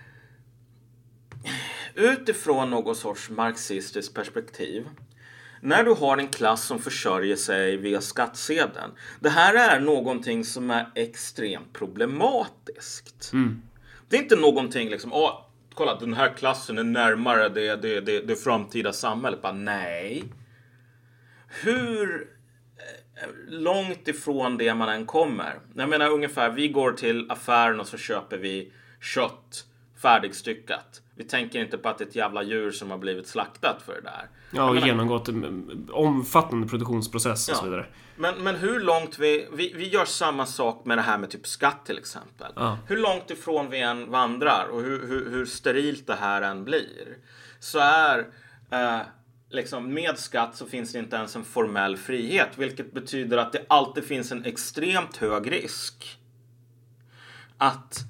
utifrån någon sorts marxistiskt perspektiv, när du har en klass som försörjer sig via skattsedeln, det här är någonting som är extremt problematiskt. Det är inte någonting liksom, kolla, den här klassen är närmare det framtida samhället. Bara, nej. Hur långt ifrån det man än kommer. Jag menar ungefär, vi går till affären och så köper vi kött färdigstyckat. Vi tänker inte på att det är ett jävla djur som har blivit slaktat för det där. Ja, och genomgått en omfattande produktionsprocess och så vidare. Men hur långt vi gör samma sak med det här med typ skatt till exempel. Ja. Hur långt ifrån vi än vandrar och hur sterilt det här än blir, så är liksom med skatt så finns det inte ens en formell frihet, vilket betyder att det alltid finns en extremt hög risk att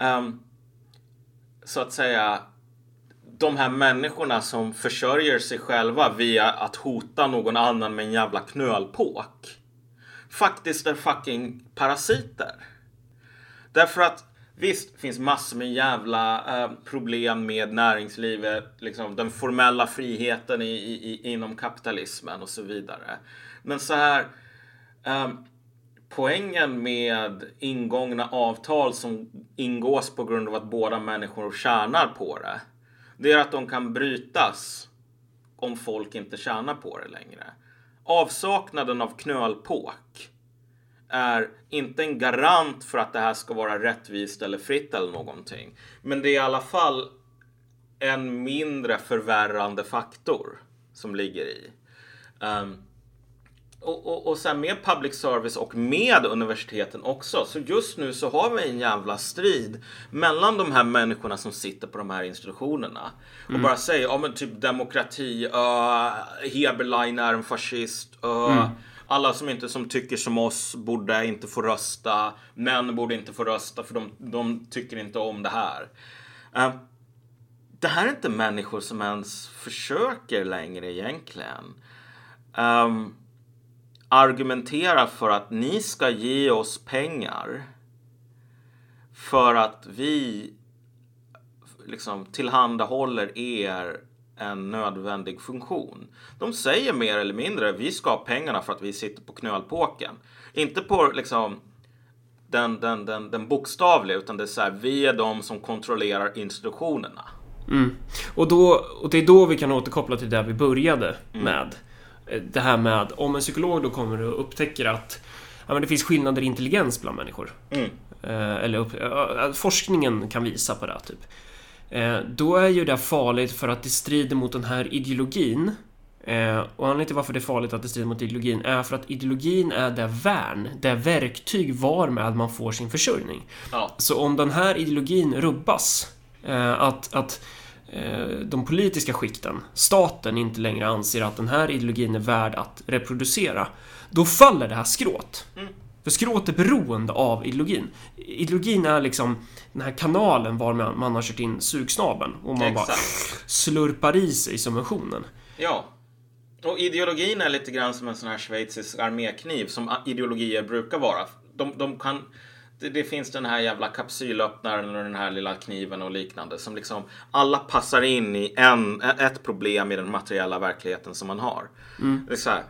så att säga de här människorna som försörjer sig själva via att hota någon annan med en jävla knölpåk faktiskt är fucking parasiter. Därför att visst finns massor med jävla problem med näringslivet, liksom den formella friheten inom kapitalismen och så vidare. Men så här, poängen med ingångna avtal som ingås på grund av att båda människor tjänar på det, det är att de kan brytas om folk inte tjänar på det längre. Avsaknaden av knölpåk är inte en garant för att det här ska vara rättvist eller fritt eller någonting. Men det är i alla fall en mindre förvärrande faktor som ligger i. Och sen med public service och med universiteten också. Så just nu så har vi en jävla strid mellan de här människorna som sitter på de här institutionerna. Och bara säger, ja men typ demokrati, Heberlein är en fascist, alla som tycker som oss borde inte få rösta, män borde inte få rösta för de tycker inte om det här. Det här är inte människor som ens försöker längre egentligen. Argumentera för att ni ska ge oss pengar för att vi liksom tillhandahåller er en nödvändig funktion. De säger mer eller mindre vi ska ha pengarna för att vi sitter på knölpåken. Inte på liksom den bokstavliga, utan det är så här, vi är de som kontrollerar institutionerna. Och det är då vi kan återkoppla till det vi började med. Det här med om en psykolog då kommer och upptäcker att men det finns skillnader i intelligens bland människor. Eller forskningen kan visa på det typ. Då är ju det farligt för att det strider mot den här ideologin. Och anledningen till varför det är farligt att det strider mot ideologin är för att ideologin är det verktyg varmed man får sin försörjning. Så om den här ideologin rubbas, att de politiska skikten, staten inte längre anser att den här ideologin är värd att reproducera, då faller det här skrået. För skrået är beroende av ideologin. Ideologin är liksom den här kanalen var man har kört in sugsnaben och man bara slurpar i sig subventionen. Ja. Och ideologin är lite grann som en sån här schweizisk armékniv som ideologier brukar vara. De kan... Det finns den här jävla kapsylöppnaren och den här lilla kniven och liknande som liksom alla passar in i ett problem i den materiella verkligheten som man har. Det är så här,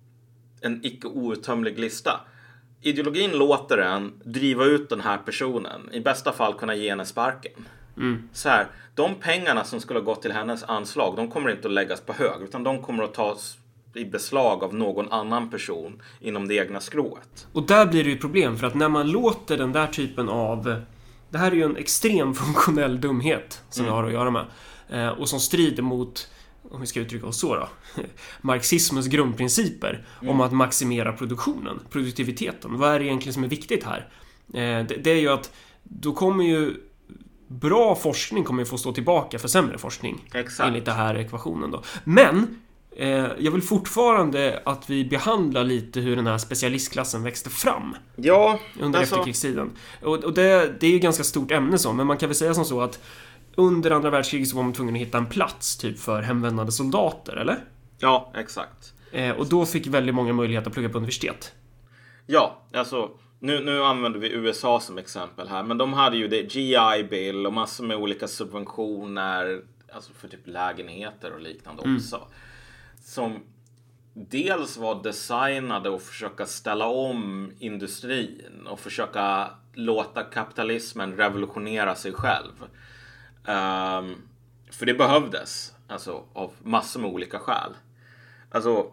en icke outtömlig lista. Ideologin låter en driva ut den här personen, i bästa fall kunna ge henne sparken. Så här, de pengarna som skulle ha gått till hennes anslag, de kommer inte att läggas på hög, utan de kommer att tas i beslag av någon annan person inom det egna skrået. Och där blir det ju problem, för att när man låter den där typen av... Det här är ju en extrem funktionell dumhet som vi har att göra med. Och som strider mot, om vi ska uttrycka oss så då, marxismens grundprinciper om att maximera produktiviteten. Vad är det egentligen som är viktigt här? Det är ju att då kommer ju bra forskning kommer ju få stå tillbaka för sämre forskning. Exakt. Enligt den här ekvationen då. Men jag vill fortfarande att vi behandlar lite hur den här specialistklassen växte fram under efterkrigstiden. Och det är ju ett ganska stort ämne så, men man kan väl säga som så att under andra världskriget så var man tvungen att hitta en plats typ för hemvändande soldater, eller? Ja, exakt. Och då fick väldigt många möjlighet att plugga på universitet. Ja, alltså nu använder vi USA som exempel här, men de hade ju det GI Bill och massor med olika subventioner, alltså för typ lägenheter och liknande också. Som dels var designade att försöka ställa om industrin och försöka låta kapitalismen revolutionera sig själv. För det behövdes, alltså av massor med olika skäl. Alltså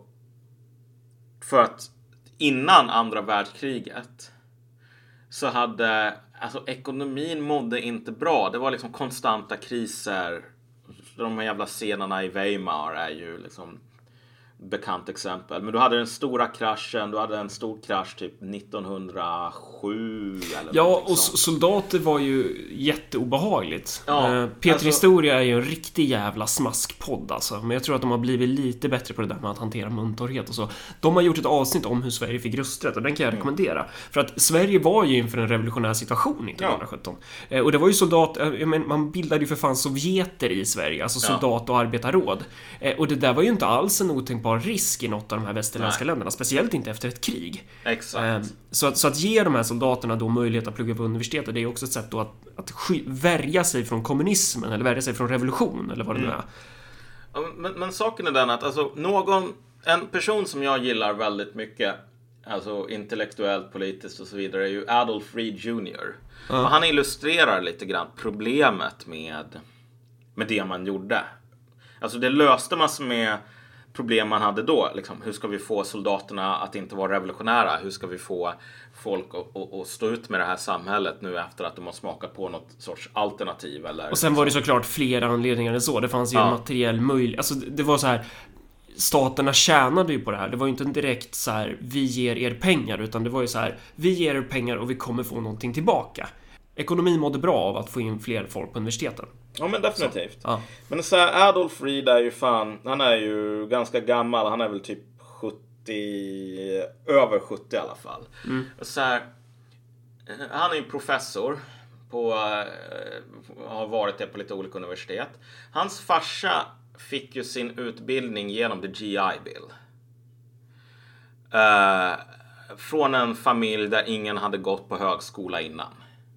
för att innan andra världskriget så hade alltså ekonomin mådde inte bra. Det var liksom konstanta kriser. De här jävla scenerna i Weimar är ju liksom bekant exempel. Men du hade den stora kraschen, du hade en stor krasch typ 1907 eller ja, och soldater var ju jätteobehagligt. Ja, Peter Historia är ju en riktig jävla smaskpodd alltså. Men jag tror att de har blivit lite bättre på det där med att hantera muntorrhet och så. De har gjort ett avsnitt om hur Sverige fick rösträtt och den kan jag rekommendera. För att Sverige var ju inför en revolutionär situation 1917. Och det var ju man bildade ju för fan sovjeter i Sverige, alltså soldat- och arbetarråd. Och det där var ju inte alls en otänkbar risk i något av de här västerländska länderna, speciellt inte efter ett krig. Exakt. Så att ge de här soldaterna då möjlighet att plugga på universitetet, det är också ett sätt då att värja sig från kommunismen eller värja sig från revolution eller vad det nu är. Men saken är den att alltså, en person som jag gillar väldigt mycket alltså intellektuellt, politiskt och så vidare, är ju Adolf Reed Jr. Och han illustrerar lite grann problemet med det man gjorde. Alltså det löste massor med problem man hade då. Liksom, hur ska vi få soldaterna att inte vara revolutionära? Hur ska vi få folk att stå ut med det här samhället nu efter att de har smakat på något sorts alternativ? Eller, och sen var det såklart flera anledningar än så. Det fanns ju en materiell möjlighet. Alltså det var så här, staterna tjänade ju på det här. Det var ju inte direkt så här, vi ger er pengar, utan det var ju så här, vi ger er pengar och vi kommer få någonting tillbaka. Ekonomin mådde bra av att få in fler folk på universiteten. Ja, men definitivt. Så, men så här, Adolf Reed är ju fan, han är ju ganska gammal. Han är väl typ 70, över 70 i alla fall. Så här, han är ju professor på, har varit det på lite olika universitet. Hans farsa fick ju sin utbildning genom the GI Bill. Från en familj där ingen hade gått på högskola innan.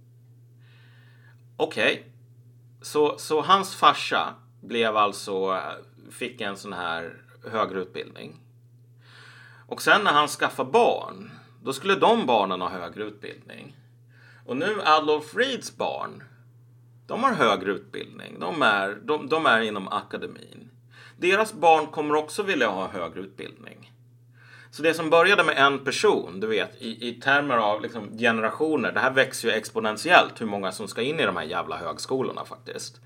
Okej. Så hans farsa blev alltså, fick en sån här högre utbildning. Och sen när han skaffade barn, då skulle de barnen ha högre utbildning. Och nu Adolf Reeds barn, de har högre utbildning. De är inom akademin. Deras barn kommer också vilja ha högre utbildning. Så det som började med en person, du vet, i termer av liksom generationer, det här växer ju exponentiellt hur många som ska in i de här jävla högskolorna faktiskt.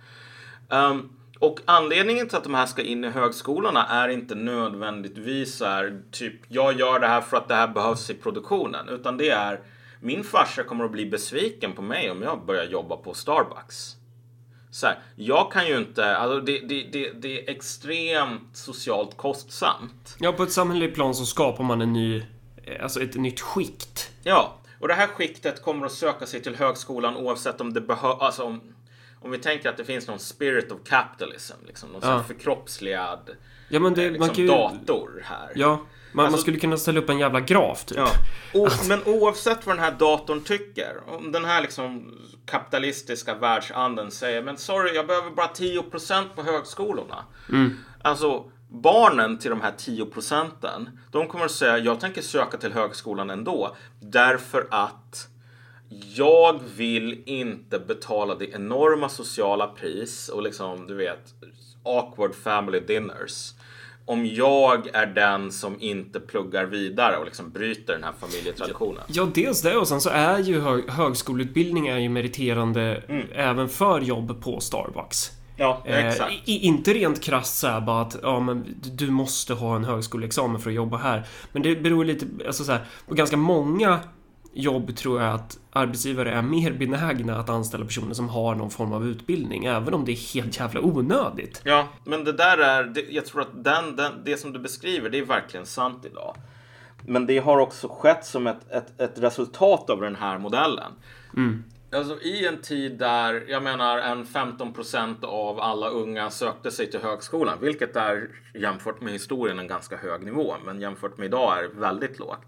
Och anledningen till att de här ska in i högskolorna är inte nödvändigtvis här, typ, jag gör det här för att det här behövs i produktionen. Utan det är, min farsa kommer att bli besviken på mig om jag börjar jobba på Starbucks. Så här, jag kan ju inte, alltså det är extremt socialt kostsamt. Ja, på ett samhälleligt plan så skapar man ett nytt skikt. Ja, och det här skiktet kommer att söka sig till högskolan oavsett om det behövs, alltså om vi tänker att det finns någon spirit of capitalism, liksom, någon sån förkroppsligad liksom, dator här. Ja, man skulle kunna ställa upp en jävla graf typ. Ja. Men oavsett vad den här datorn tycker, om den här liksom kapitalistiska världsanden säger, men sorry, jag behöver bara 10% på högskolorna. Alltså barnen till de här 10%, de kommer att säga, jag tänker söka till högskolan ändå, därför att jag vill inte betala det enorma sociala pris och liksom, du vet, awkward family dinners om jag är den som inte pluggar vidare och liksom bryter den här familjetraditionen. Ja, dels det, och sen så är ju högskoleutbildning är ju meriterande även för jobb på Starbucks. Ja, exakt. Inte rent krasst så här, bara att men du måste ha en högskoleexamen för att jobba här. Men det beror lite, alltså så här, på ganska många jobb tror jag att arbetsgivare är mer benägna att anställa personer som har någon form av utbildning, även om det är helt jävla onödigt. Ja, men det där är, jag tror att det som du beskriver, det är verkligen sant idag. Men det har också skett som ett resultat av den här modellen. Alltså i en tid där, jag menar, 15% av alla unga sökte sig till högskolan, vilket är jämfört med historien en ganska hög nivå, men jämfört med idag är väldigt lågt.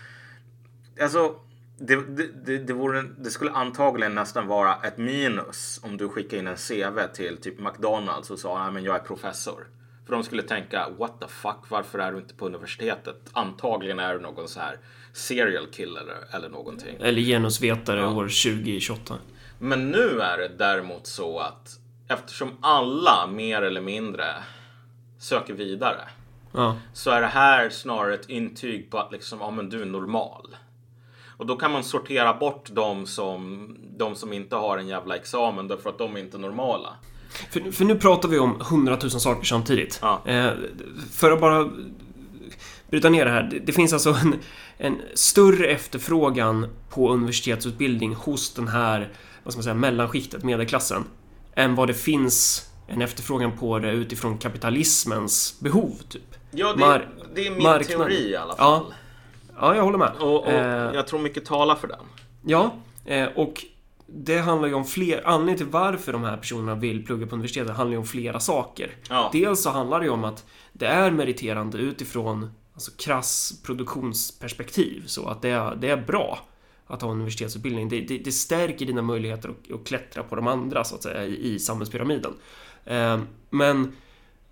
Alltså det skulle antagligen nästan vara ett minus om du skickar in en CV till typ McDonalds och sa, men jag är professor. För de skulle tänka, what the fuck, varför är du inte på universitetet? Antagligen är du någon så här serial killer eller någonting. Eller genusvetare år 2028. Men nu är det däremot så att eftersom alla mer eller mindre söker vidare, så är det här snarare ett intyg på att liksom, men du är normal. Och då kan man sortera bort de som inte har en jävla examen därför att de är inte normala. För nu pratar vi om 100 000 saker samtidigt. För att bara bryta ner det här. Det finns alltså en större efterfrågan på universitetsutbildning hos den här, vad ska man säga, mellanskiktet, medelklassen, än vad det finns en efterfrågan på det utifrån kapitalismens behov typ. Ja, det är min teori i alla fall. Ja, jag håller med. Och jag tror mycket talar för den. Ja, och det handlar ju om anledningen till varför de här personerna vill plugga på universitetet handlar ju om flera saker. Dels så handlar det ju om att det är meriterande utifrån alltså krass produktionsperspektiv, så att det är bra att ha universitetsutbildning. Det stärker dina möjligheter att klättra på de andra så att säga i samhällspyramiden. Men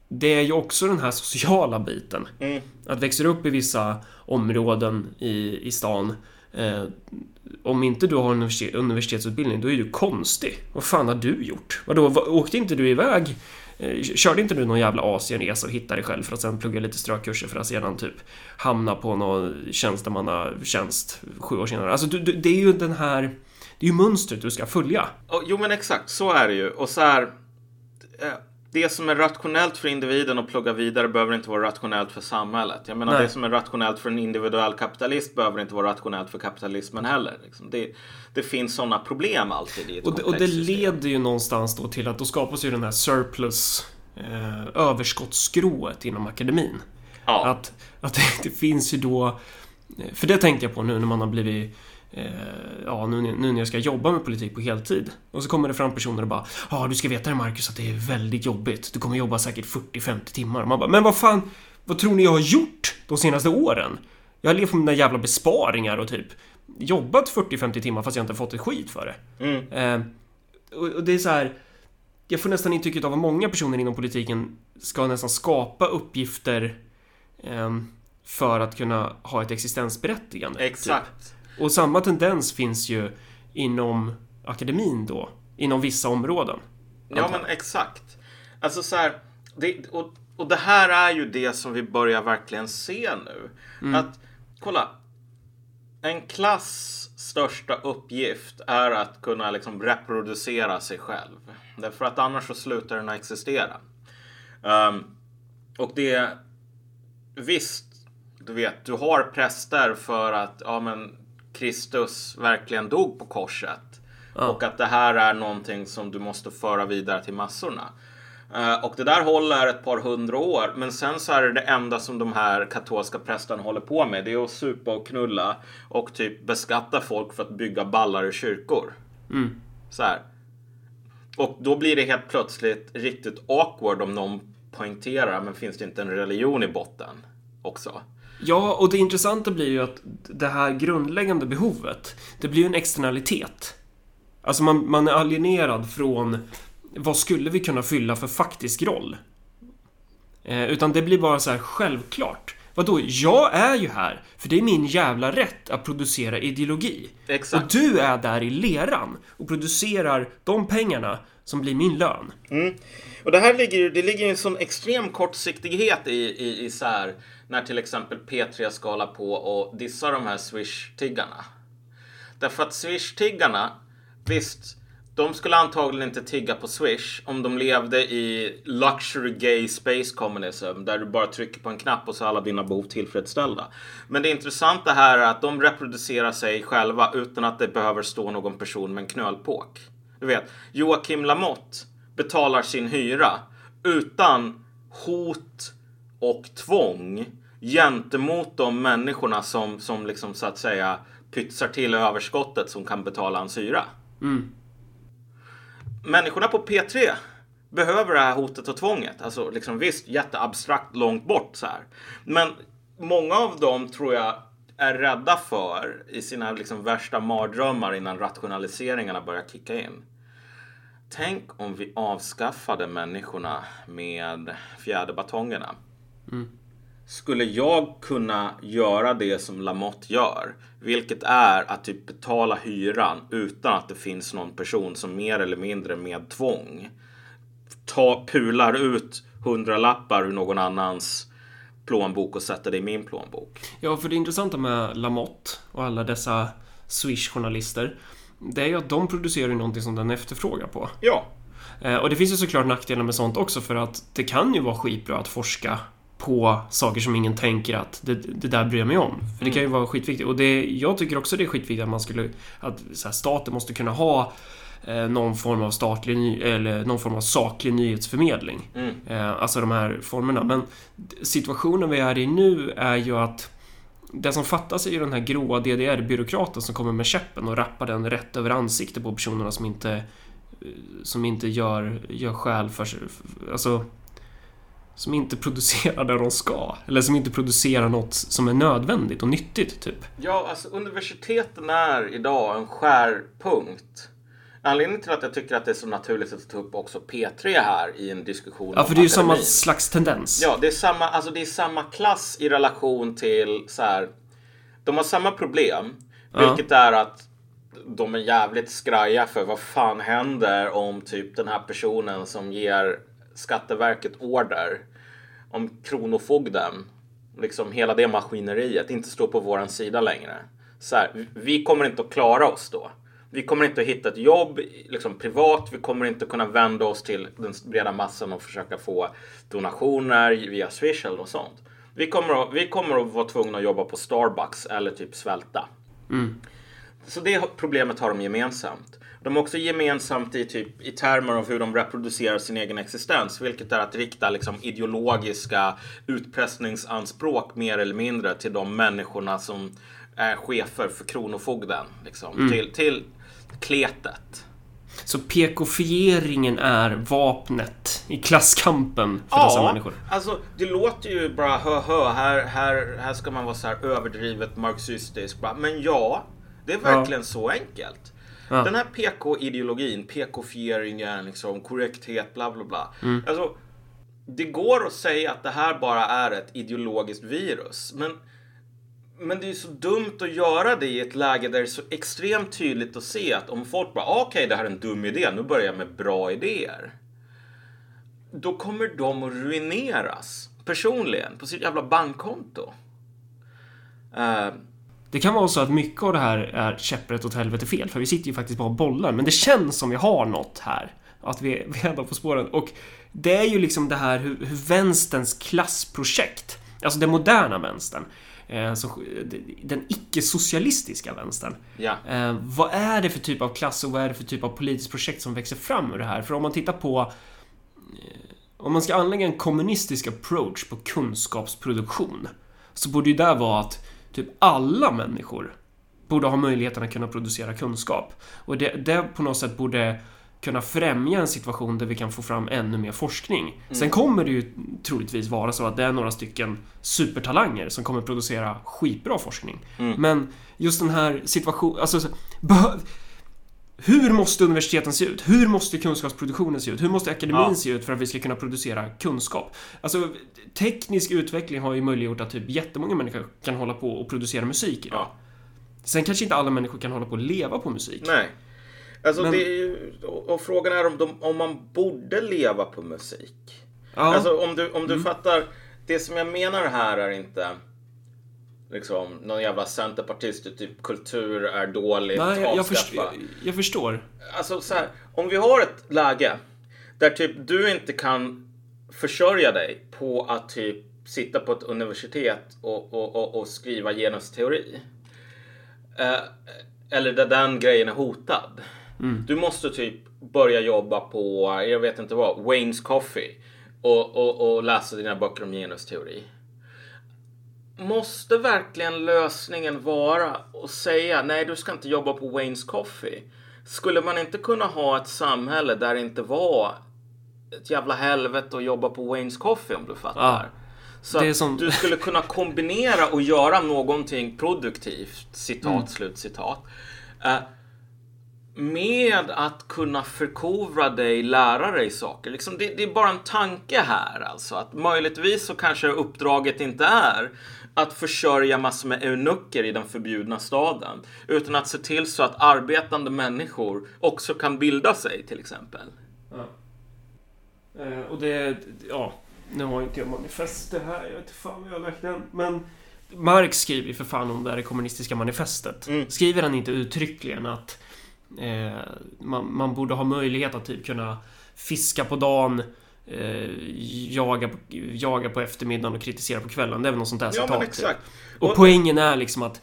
det är ju också den här sociala biten. Att växa upp i vissa områden i stan. Om inte du har universitetsutbildning, då är du konstig. Vad fan har du gjort? Vadå, åkte inte du iväg? Körde inte du någon jävla Asienresa och hittade dig själv för att sen plugga lite strökurser för att sedan typ hamna på någon tjänstemannatjänst 7 år senare? Alltså det är ju den här, det är ju mönstret du ska följa. Jo men exakt, så är det ju. Och så här, det som är rationellt för individen att plugga vidare behöver inte vara rationellt för samhället. Jag menar, det som är rationellt för en individuell kapitalist behöver inte vara rationellt för kapitalismen heller. Liksom. Det finns sådana problem alltid i ett och det leder ju någonstans då till att då skapas ju den här surplus överskottsskrået inom akademin. Ja. Att det finns ju då, för det tänkte jag på nu när man har blivit nu när jag ska jobba med politik på heltid. Och så kommer det fram personer och bara du ska veta det, Marcus, att det är väldigt jobbigt. Du kommer jobba säkert 40-50 timmar. Man bara, men vad fan, vad tror ni jag har gjort de senaste åren? Jag har levt med mina jävla besparingar och typ jobbat 40-50 timmar fast jag inte fått ett skit för det. Och det är så här, jag får nästan intrycket av att många personer inom politiken ska nästan skapa uppgifter för att kunna ha ett existensberättigande. Exakt. Typ. Och samma tendens finns ju inom akademin då, inom vissa områden. Ja, men exakt. Alltså så här, och det här är ju det som vi börjar verkligen se nu. Att, kolla, en klass största uppgift är att kunna liksom reproducera sig själv. Därför att annars så slutar den att existera. Och det, visst, du vet, du har präster för att, Kristus verkligen dog på korset. Och att det här är någonting som du måste föra vidare till massorna. Och det där håller ett par 100 år. Men sen så är det enda som de här katolska prästerna håller på med. Det är att supa och knulla och typ beskatta folk för att bygga ballar i kyrkor. Så här. Och då blir det helt plötsligt riktigt awkward om någon poängterar, men finns det inte en religion i botten också? Ja, och det intressanta blir ju att det här grundläggande behovet, det blir ju en externalitet. Alltså man är alienerad från vad skulle vi kunna fylla för faktisk roll. Utan det blir bara så här självklart. Vadå, jag är ju här för det är min jävla rätt att producera ideologi. Exakt. Och du är där i leran och producerar de pengarna som blir min lön. Och det ligger en sån extrem kortsiktighet i så här, när till exempel P3 ska hålla på och dissa de här Swish-tiggarna. Därför att Swish-tiggarna, visst, de skulle antagligen inte tigga på Swish om de levde i luxury gay space communism där du bara trycker på en knapp och så alla dina behov tillfredsställda. Men det intressanta här är att de reproducerar sig själva utan att det behöver stå någon person med en knölpåk. Du vet, Joakim Lamotte betalar sin hyra utan hot och tvång gentemot de människorna som liksom så att säga pytsar till överskottet som kan betala hans hyra. Människorna på P3 behöver det här hotet och tvånget. Alltså liksom visst, jätteabstrakt långt bort så här. Men många av dem tror jag är rädda för i sina liksom värsta mardrömmar innan rationaliseringarna börjar kicka in. Tänk om vi avskaffade människorna med fjäderbatongerna. Skulle jag kunna göra det som Lamotte gör, vilket är att typ betala hyran utan att det finns någon person som mer eller mindre med tvång pular ut 100-lappar ur någon annans plånbok och sätter det i min plånbok. Ja, för det intressanta med Lamotte och alla dessa Swish-journalister, det är ju att de producerar någonting som den efterfrågar på. Ja. Och det finns ju såklart nackdelar med sånt också, för att det kan ju vara skitbra att forska på saker som ingen tänker att det där bryr jag mig om. För det kan ju vara skitviktigt. Och jag tycker också det är skitviktigt att så här, staten måste kunna ha någon form av någon form av saklig nyhetsförmedling. Alltså de här formerna. Men situationen vi är i nu är ju att det som fattas är ju den här gråa DDR-byråkraten som kommer med käppen och rappar den rätt över ansiktet på personerna som inte gör skäl för sig. Alltså som inte producerar där de ska. Eller som inte producerar något som är nödvändigt och nyttigt, typ. Ja, alltså universiteten är idag en skärpunkt Anledningen till att jag tycker att det är så naturligt att ta upp också P3 här i en diskussion. Ja, för det är ju samma slags tendens. Ja, det är samma klass i relation till så här. De har samma problem, vilket är att de är jävligt skraja för vad fan händer om typ den här personen som ger Skatteverket order, om kronofogden, liksom hela det maskineriet inte står på våran sida längre. Så här, vi kommer inte att klara oss då. Vi kommer inte att hitta ett jobb liksom privat. Vi kommer inte kunna vända oss till den breda massan och försöka få donationer via Swish eller något sånt. Vi kommer att vara tvungna att jobba på Starbucks eller typ svälta. Så det problemet har de gemensamt. De har också gemensamt i termer av hur de reproducerar sin egen existens, vilket är att rikta liksom ideologiska utpressningsanspråk mer eller mindre till de människorna som är chefer för kronofogden liksom, till kletet. Så PK-fieringen är vapnet i klasskampen för dessa människor. Alltså det låter ju bara här ska man vara så här överdrivet marxistisk, men ja, det är verkligen så enkelt. Den här PK-ideologin, PK-fieringen, liksom, korrekthet, bla bla bla. Alltså, det går att säga att det här bara är ett ideologiskt virus. Men det är så dumt att göra det i ett läge där det är så extremt tydligt att se att om folk bara, okej, det här är en dum idé, nu börjar jag med bra idéer. Då kommer de att ruineras personligen på sitt jävla bankkonto. Det kan vara så att mycket av det här är käpprätt åt helvete fel, för vi sitter ju faktiskt bara och bollar, men det känns som vi har något här, att vi är ändå på spåren. Och det är ju liksom det här hur vänsterns klassprojekt, alltså den moderna vänstern, den icke-socialistiska vänstern. Vad är det för typ av klass och vad är det för typ av politiskt projekt som växer fram ur det här? För om man tittar på, om man ska anlägga en kommunistisk approach på kunskapsproduktion, så borde ju där vara att typ alla människor borde ha möjligheten att kunna producera kunskap. Och det på något sätt borde kunna främja en situation där vi kan få fram ännu mer forskning. Sen kommer det ju troligtvis vara så att det är några stycken supertalanger som kommer producera skitbra forskning. Men just den här situationen, alltså hur måste universiteten se ut? Hur måste kunskapsproduktionen se ut? Hur måste akademin se ut för att vi ska kunna producera kunskap? Alltså, teknisk utveckling har ju möjliggjort att typ jättemånga människor kan hålla på och producera musik idag. Sen kanske inte alla människor kan hålla på och leva på musik. Nej. Alltså, det är ju, och frågan är om man borde leva på musik. Alltså, om du fattar, det som jag menar här är inte liksom någon jävla centerpartist typ kultur är dåligt. Nej, jag förstår. Alltså så här, om vi har ett läge där typ du inte kan försörja dig på att typ sitta på ett universitet och skriva genusteori, eller där den grejen är hotad. Du måste typ börja jobba på, jag vet inte vad, Wayne's Coffee och läsa dina böcker om genusteori. Måste verkligen lösningen vara att säga nej, du ska inte jobba på Wayne's Coffee? Skulle man inte kunna ha ett samhälle där det inte var ett jävla helvete att jobba på Wayne's Coffee, om du fattar? Så att du skulle kunna kombinera och göra någonting produktivt, citat, slutcitat, med att kunna förkovra dig, lära dig saker. Liksom det är bara en tanke här, alltså. Att möjligtvis så kanske uppdraget inte är att försörja massor med eunucker i den förbjudna staden, utan att se till så att arbetande människor också kan bilda sig, till exempel. Och det, nu har inte jag manifestet här, jag vet inte fan vad jag har lagt den, men Marx skriver ju för fan om det här kommunistiska manifestet. Skriver han inte uttryckligen att man borde ha möjlighet att typ kunna fiska på dagen, jaga på eftermiddagen och kritisera på kvällen? Det är väl något sånt där citat. Exakt. Och poängen är liksom att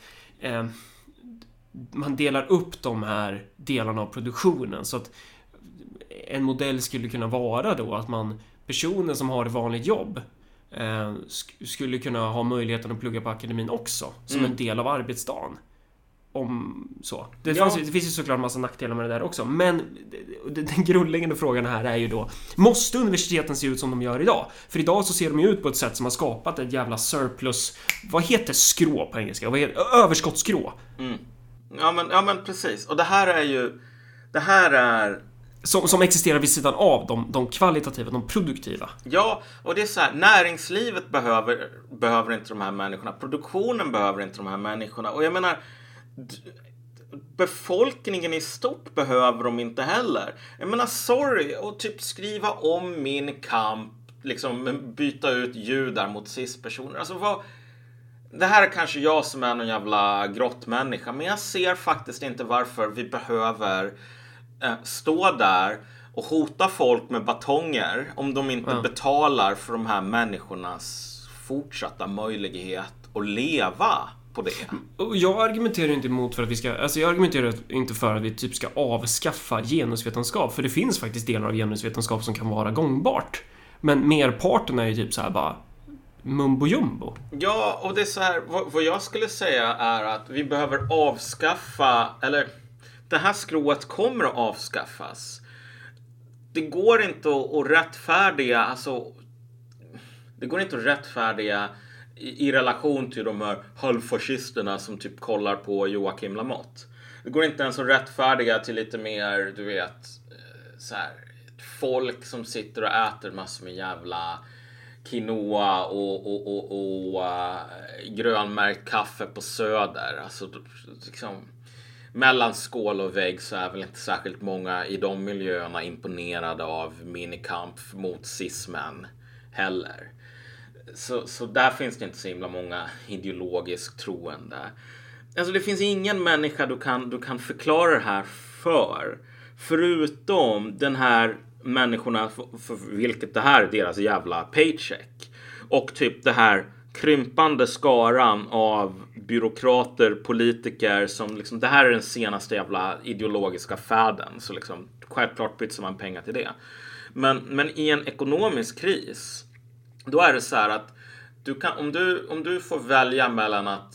man delar upp de här delarna av produktionen, så att en modell skulle kunna vara då att personer som har ett vanligt jobb skulle kunna ha möjligheten att plugga på akademin också som en del av arbetsdagen. Det finns ju såklart en massa nackdelar med det där också. Men den grundläggande frågan här är ju då, måste universiteten se ut som de gör idag? För idag så ser de ju ut på ett sätt som har skapat ett jävla surplus. Vad heter skrå på engelska? Vad heter överskottsgrå? Ja men precis. Och det här det här är... Som existerar vid sidan av de kvalitativa, de produktiva. Ja, och det är så här, näringslivet behöver inte de här människorna. Produktionen behöver inte de här människorna. Och jag menar, befolkningen i stort behöver de inte heller. Jag menar, sorry, och typ skriva om Min kamp, liksom byta ut judar mot cis-personer. Alltså det här är kanske jag som är någon jävla grottmänniska, men jag ser faktiskt inte varför vi behöver stå där och hota folk med batonger om de inte betalar för de här människornas fortsatta möjlighet att leva på det. Och jag argumenterar inte emot för att vi ska... Alltså jag argumenterar inte för att vi typ ska avskaffa genusvetenskap, för det finns faktiskt delar av genusvetenskap som kan vara gångbart. Men merparten är ju typ så här bara mumbo jumbo. Ja, och det är så här, vad jag skulle säga är att vi behöver avskaffa, eller det här skrået kommer att avskaffas. Det går inte att rättfärdiga, alltså det går inte att rättfärdiga i relation till de här halvfascisterna som typ kollar på Joakim Lamotte. Det går inte ens att rättfärdiga till lite mer, du vet, så här, folk som sitter och äter massor med jävla quinoa och grönmärkt kaffe på Söder. Alltså liksom, mellan skål och vägg så är väl inte särskilt många i de miljöerna imponerade av Min kamp mot cis-män heller. Så där finns det inte så himla många ideologiskt troende. Alltså det finns ingen människa du kan förklara det här förutom den här människorna för vilket det här är deras jävla paycheck. Och typ det här krympande skaran av byråkrater, politiker som liksom, det här är den senaste jävla ideologiska färden, så liksom självklart pytsar man pengar till det. Men i en ekonomisk kris, då är det så här att du kan, om du får välja mellan att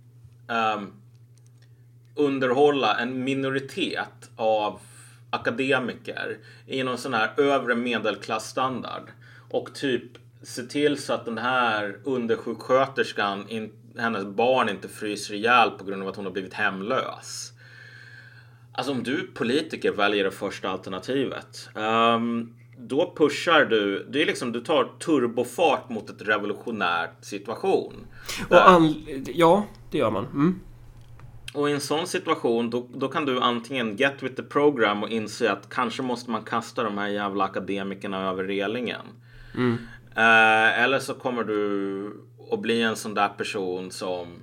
underhålla en minoritet av akademiker i någon sån här övre medelklassstandard och typ se till så att den här undersjuksköterskan, hennes barn inte fryser ihjäl på grund av att hon har blivit hemlös. Alltså om du politiker väljer det första alternativet, då pushar det är liksom, du tar turbofart mot ett revolutionärt situation. Ja, det gör man. Och i en sån situation då kan du antingen get with the program och inse att kanske måste man kasta de här jävla akademikerna över relingen. Eller så kommer du att bli en sån där person som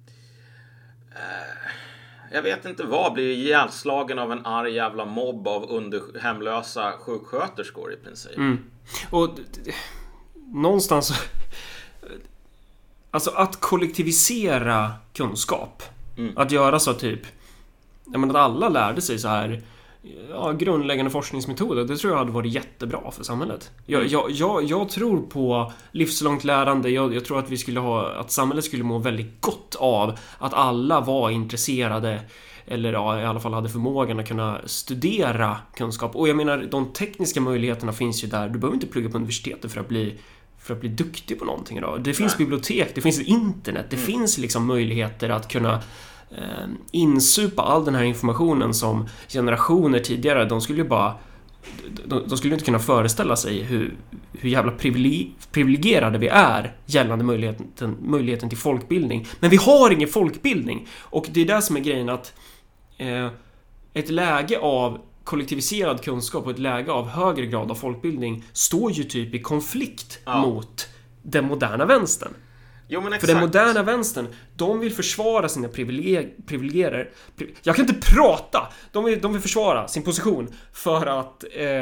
jag vet inte vad, blir ihjälslagen av en arg jävla mobb av hemlösa sjuksköterskor i princip. Och någonstans alltså att kollektivisera kunskap, att göra så typ, jag menar, att alla lärde sig så här grundläggande forskningsmetoder, det tror jag hade varit jättebra för samhället. Jag tror på livslångt lärande. Jag tror att att samhället skulle må väldigt gott av att alla var intresserade, eller i alla fall hade förmågan att kunna studera kunskap. Och jag menar, de tekniska möjligheterna finns ju där. Du behöver inte plugga på universitetet för att bli duktig på någonting idag. Det finns bibliotek, det finns internet, det finns liksom möjligheter att kunna insupa all den här informationen som generationer tidigare, de skulle inte kunna föreställa sig hur jävla privilegierade vi är gällande möjligheten till folkbildning. Men vi har ingen folkbildning, och det är det som är grejen, att ett läge av kollektiviserad kunskap och ett läge av högre grad av folkbildning står ju typ i konflikt mot den moderna vänstern. Jo, men för den moderna vänstern, de vill försvara sina privilegier. Jag kan inte prata. De vill försvara sin position för att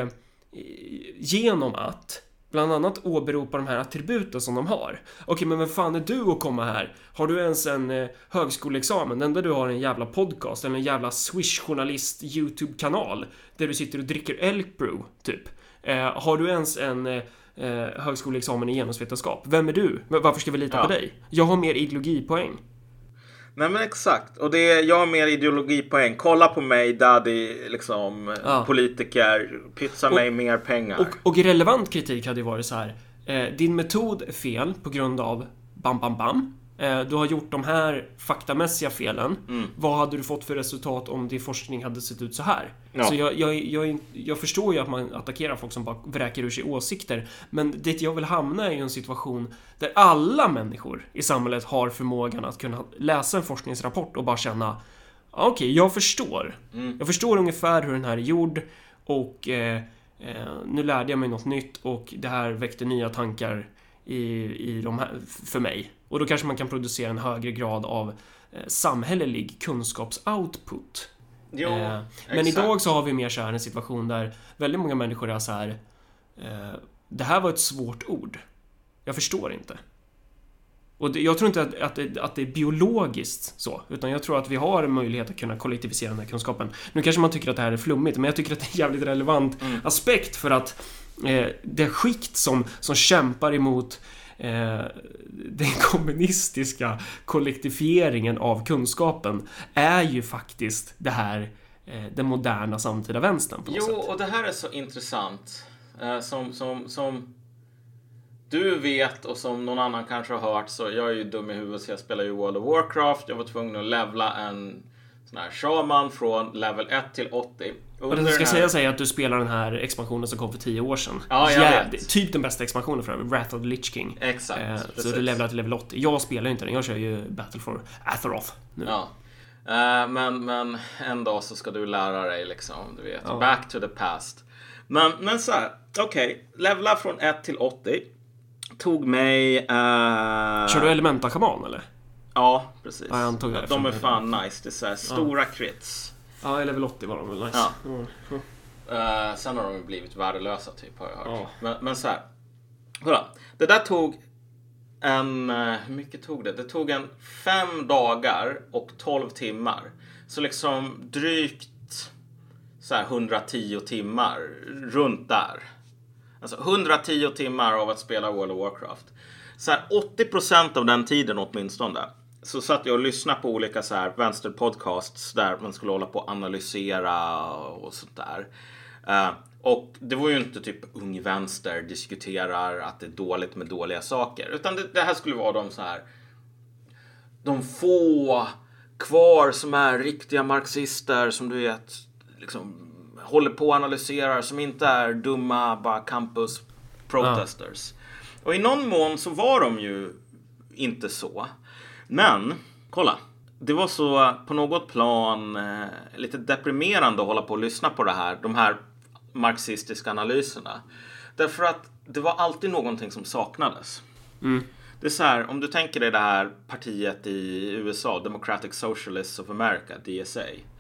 genom att bland annat åberopa de här attributen som de har. Okej, men vem fan är du att komma här? Har du ens en högskoleexamen? Den där du har en jävla podcast eller en jävla Swish-journalist YouTube-kanal där du sitter och dricker Elk Brew, typ. Har du ens en högskoleexamen i genusvetenskap? Vem är du? Varför ska vi lita på dig? Jag har mer ideologipoäng. Nej, men exakt. Och jag har mer ideologipoäng. Kolla på mig, daddy, liksom, politiker, pytsa mig mer pengar. Och relevant kritik hade ju varit så här: din metod är fel på grund av bam bam bam. Du har gjort de här faktamässiga felen. Vad hade du fått för resultat om din forskning hade sett ut så här? Ja. Så jag förstår ju att man attackerar folk som bara vräker ur sig åsikter. Men det jag vill hamna är ju en situation där alla människor i samhället har förmågan att kunna läsa en forskningsrapport och bara känna okej, jag förstår. Jag förstår ungefär hur den här är gjord. Och nu lärde jag mig något nytt. Och det här väckte nya tankar i de här, för mig. Och då kanske man kan producera en högre grad av samhällelig kunskapsoutput. Men idag så har vi mer så här en situation där väldigt många människor är så här det här var ett svårt ord. Jag förstår inte. Och jag tror inte att det är biologiskt så, utan jag tror att vi har en möjlighet att kunna kollektivisera den här kunskapen. Nu kanske man tycker att det här är flummigt, men jag tycker att det är en jävligt relevant aspekt för att det skikt som kämpar emot den kommunistiska kollektifieringen av kunskapen är ju faktiskt det här den moderna samtida vänstern på något sätt. Och det här är så intressant som du vet och som någon annan kanske har hört, så jag är ju dum i huvudet så jag spelar ju World of Warcraft. Jag var tvungen att levla en sån här shaman från level 1 till 80. Och det ska säga sig att du spelar den här expansionen som kom för 10 år sedan. Ja, jag vet. Typ den bästa expansionen för Wrath of the Lich King. Exakt. Så du levlar till level 80. Jag spelar inte den, jag kör ju Battle for Azeroth nu. Ja. Men en dag så ska du lära dig liksom, du vet, back to the past. Men så här, okej, levla från 1 till 80 tog mig... Kör du Elementa Shaman eller? Ja, precis. Ja, jag tog de är fan nice. Det är så här stora crits. Ja, i level 80 var de väl nice. Ja. Sen har de blivit värdelösa typ, har jag hört. Men så här. Hörra, det där tog hur mycket tog det? Det tog 5 dagar och 12 timmar. Så liksom drygt så här 110 timmar runt där. Alltså 110 timmar av att spela World of Warcraft. Så här 80% av den tiden åtminstone. Så satt jag och lyssnade på olika så här vänsterpodcasts där man skulle hålla på att analysera och sånt där. Och det var ju inte typ ung vänster diskuterar att det är dåligt med dåliga saker. Utan det här skulle vara de få kvar som är riktiga marxister som du vet liksom håller på och analyserar, som inte är dumma bara campus protesters. Och i någon mån så var de ju inte så. Men, kolla. Det var så på något plan lite deprimerande att hålla på och lyssna på det här. De här marxistiska analyserna. Därför att det var alltid någonting som saknades. Det är så här, om du tänker dig det här partiet i USA, Democratic Socialists of America, DSA.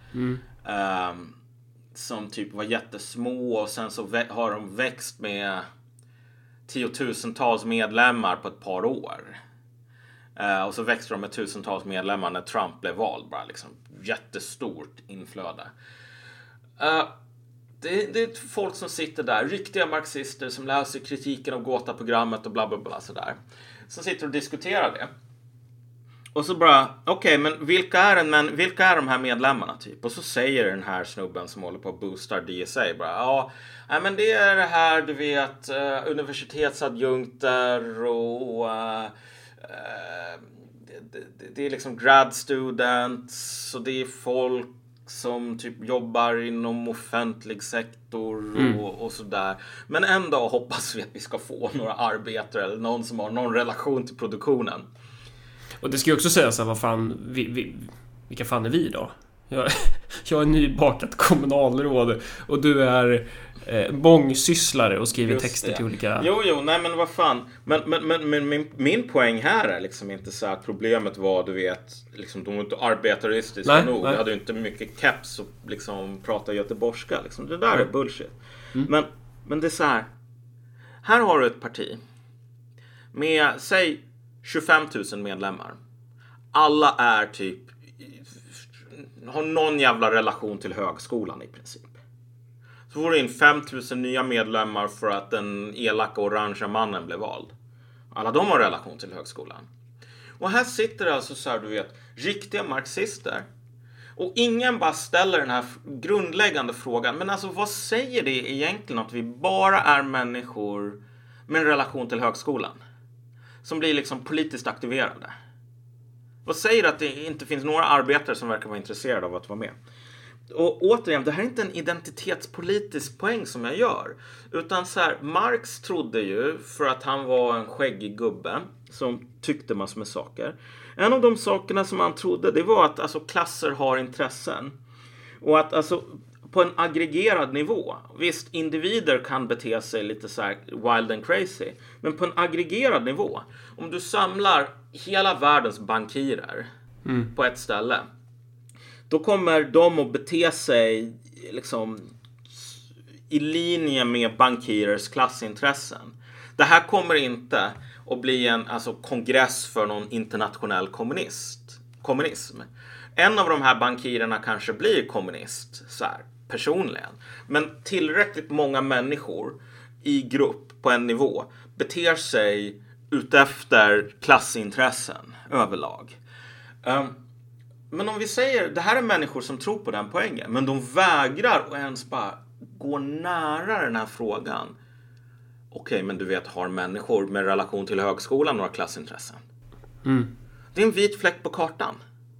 Som typ var jättesmå och sen så har de växt med tiotusentals medlemmar på ett par år. Och så växte de med tusentals medlemmar när Trump blev vald. Bara liksom jättestort inflöde. Det är folk som sitter där, riktiga marxister som läser kritiken av Gåta-programmet och bla bla bla sådär. Som sitter och diskuterar det. Och så bara, okej, men vilka är de här medlemmarna typ? Och så säger den här snubben som håller på att boostar DSA bara, men det är det här, du vet, universitetsadjunkter och det är liksom grad students och det är folk som typ jobbar inom offentlig sektor och sådär. Men en dag hoppas vi att vi ska få några arbetare eller någon som har någon relation till produktionen. Och det ska ju också säga så här, vad fan, vilka fan är vi då? Jag är nybakat kommunalråd och du är mångsysslare och skriver texter till olika... Jo, nej men vad fan. Men min poäng här är liksom inte så att problemet var, du vet, liksom de var inte arbetaristiska nog. Jag hade ju inte mycket caps och liksom prata göteborgska. Liksom. Det där är bullshit. Men det är så här. Här har du ett parti med, säg, 25 000 medlemmar. Alla är typ har någon jävla relation till högskolan i princip. Så får du in 5 000 nya medlemmar för att den elaka orangea mannen blev vald. Alla de har relation till högskolan. Och här sitter alltså så här, du vet, riktiga marxister. Och ingen bara ställer den här grundläggande frågan. Men alltså vad säger det egentligen att vi bara är människor med en relation till högskolan? Som blir liksom politiskt aktiverade. Vad säger att det inte finns några arbetare som verkar vara intresserade av att vara med? Och återigen, det här är inte en identitetspolitisk poäng som jag gör. Utan så här, Marx trodde ju, för att han var en skäggig gubbe som tyckte massor med saker. En av de sakerna som han trodde, det var att alltså, klasser har intressen. Och att alltså, på en aggregerad nivå, visst, individer kan bete sig lite så här wild and crazy. Men på en aggregerad nivå, om du samlar hela världens bankirer på ett ställe, då kommer de att bete sig liksom i linje med bankirers klassintressen. Det här kommer inte att bli en kongress för någon internationell kommunism. En av de här bankirerna kanske blir kommunist så här, personligen. Men tillräckligt många människor i grupp på en nivå beter sig utefter klassintressen överlag. Men om vi säger, det här är människor som tror på den poängen, men de vägrar att ens bara gå nära den här frågan. Okej, men du vet, har människor med relation till högskolan några klassintressen? Det är en vit fläck på kartan.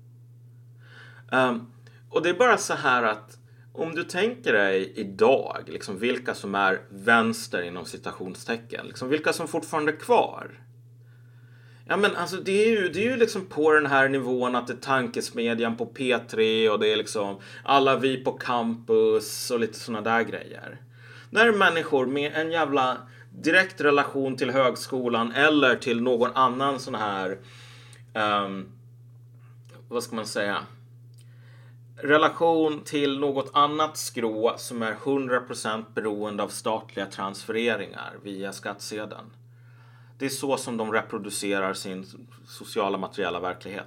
Och det är bara så här att om du tänker dig idag, liksom vilka som är vänster inom citationstecken, liksom vilka som fortfarande är kvar. Ja, men alltså det är ju liksom på den här nivån att det är tankesmedjan på P3 och det är liksom alla vi på campus och lite såna där grejer. Det är människor med en jävla direkt relation till högskolan eller till någon annan sån här vad ska man säga, relation till något annat skrå som är 100% beroende av statliga transfereringar via skattsedeln. Det är så som de reproducerar sin sociala materiella verklighet.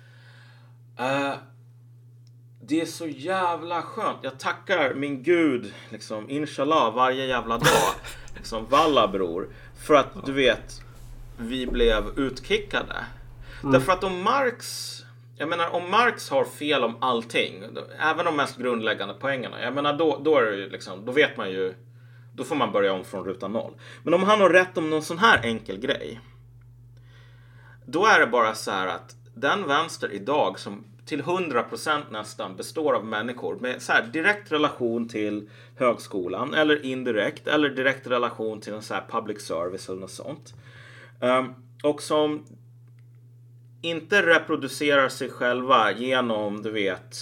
Det är så jävla skönt. Jag tackar min gud, liksom, inshallah, varje jävla dag. Liksom, valla bror. För att, du vet, vi blev utkickade. Därför att om Marx har fel om allting, även de mest grundläggande poängerna, jag menar, då är det ju liksom, då vet man ju, då får man börja om från ruta 0. Men om han har rätt om någon sån här enkel grej, då är det bara så här att den vänster idag som till 100% nästan består av människor med så här direkt relation till högskolan eller indirekt eller direkt relation till en så här public service eller något sånt. Och som inte reproducerar sig själva genom, du vet,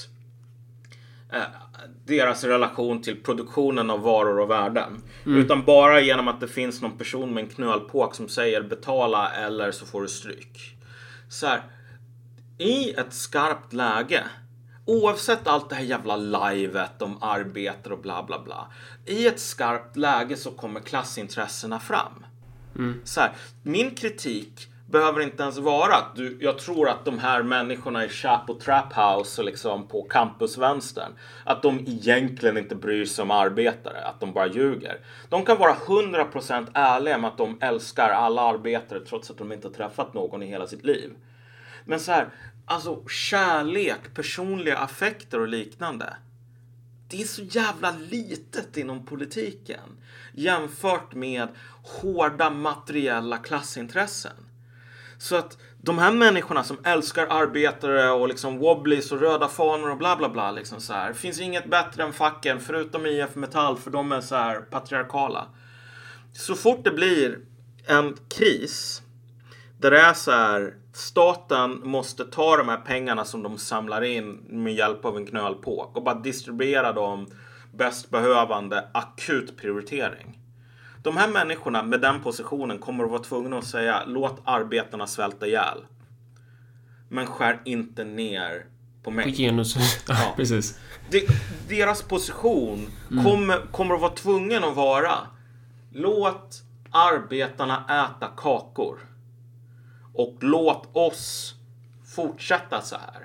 deras relation till produktionen av varor och värden. Utan bara genom att det finns någon person med en knölpåk som säger betala eller så får du stryk. Så här, i ett skarpt läge, oavsett allt det här jävla livet om arbete och bla bla bla, i ett skarpt läge så kommer klassintressena fram. Så här, min kritik behöver inte ens vara att jag tror att de här människorna i Chapo Trap House och liksom på campusvänstern, att de egentligen inte bryr sig om arbetare, att de bara ljuger. De kan vara 100% ärliga med att de älskar alla arbetare trots att de inte har träffat någon i hela sitt liv. Men så här, alltså kärlek, personliga affekter och liknande, det är så jävla litet inom politiken jämfört med hårda materiella klassintressen. Så att de här människorna som älskar arbetare och liksom wobblies och röda fanor och bla bla bla, liksom så här, finns inget bättre än facken förutom IF Metall, för de är så här patriarkala. Så fort det blir en kris där det är så här, staten måste ta de här pengarna som de samlar in med hjälp av en knölpåk och bara distribuera dem bäst behövande, akut prioritering. De här människorna med den positionen kommer att vara tvungna att säga: låt arbetarna svälta ihjäl, men skär inte ner på mig. På genus. Ja, precis. Deras position kommer att vara tvungen att vara: låt arbetarna äta kakor och låt oss fortsätta så här.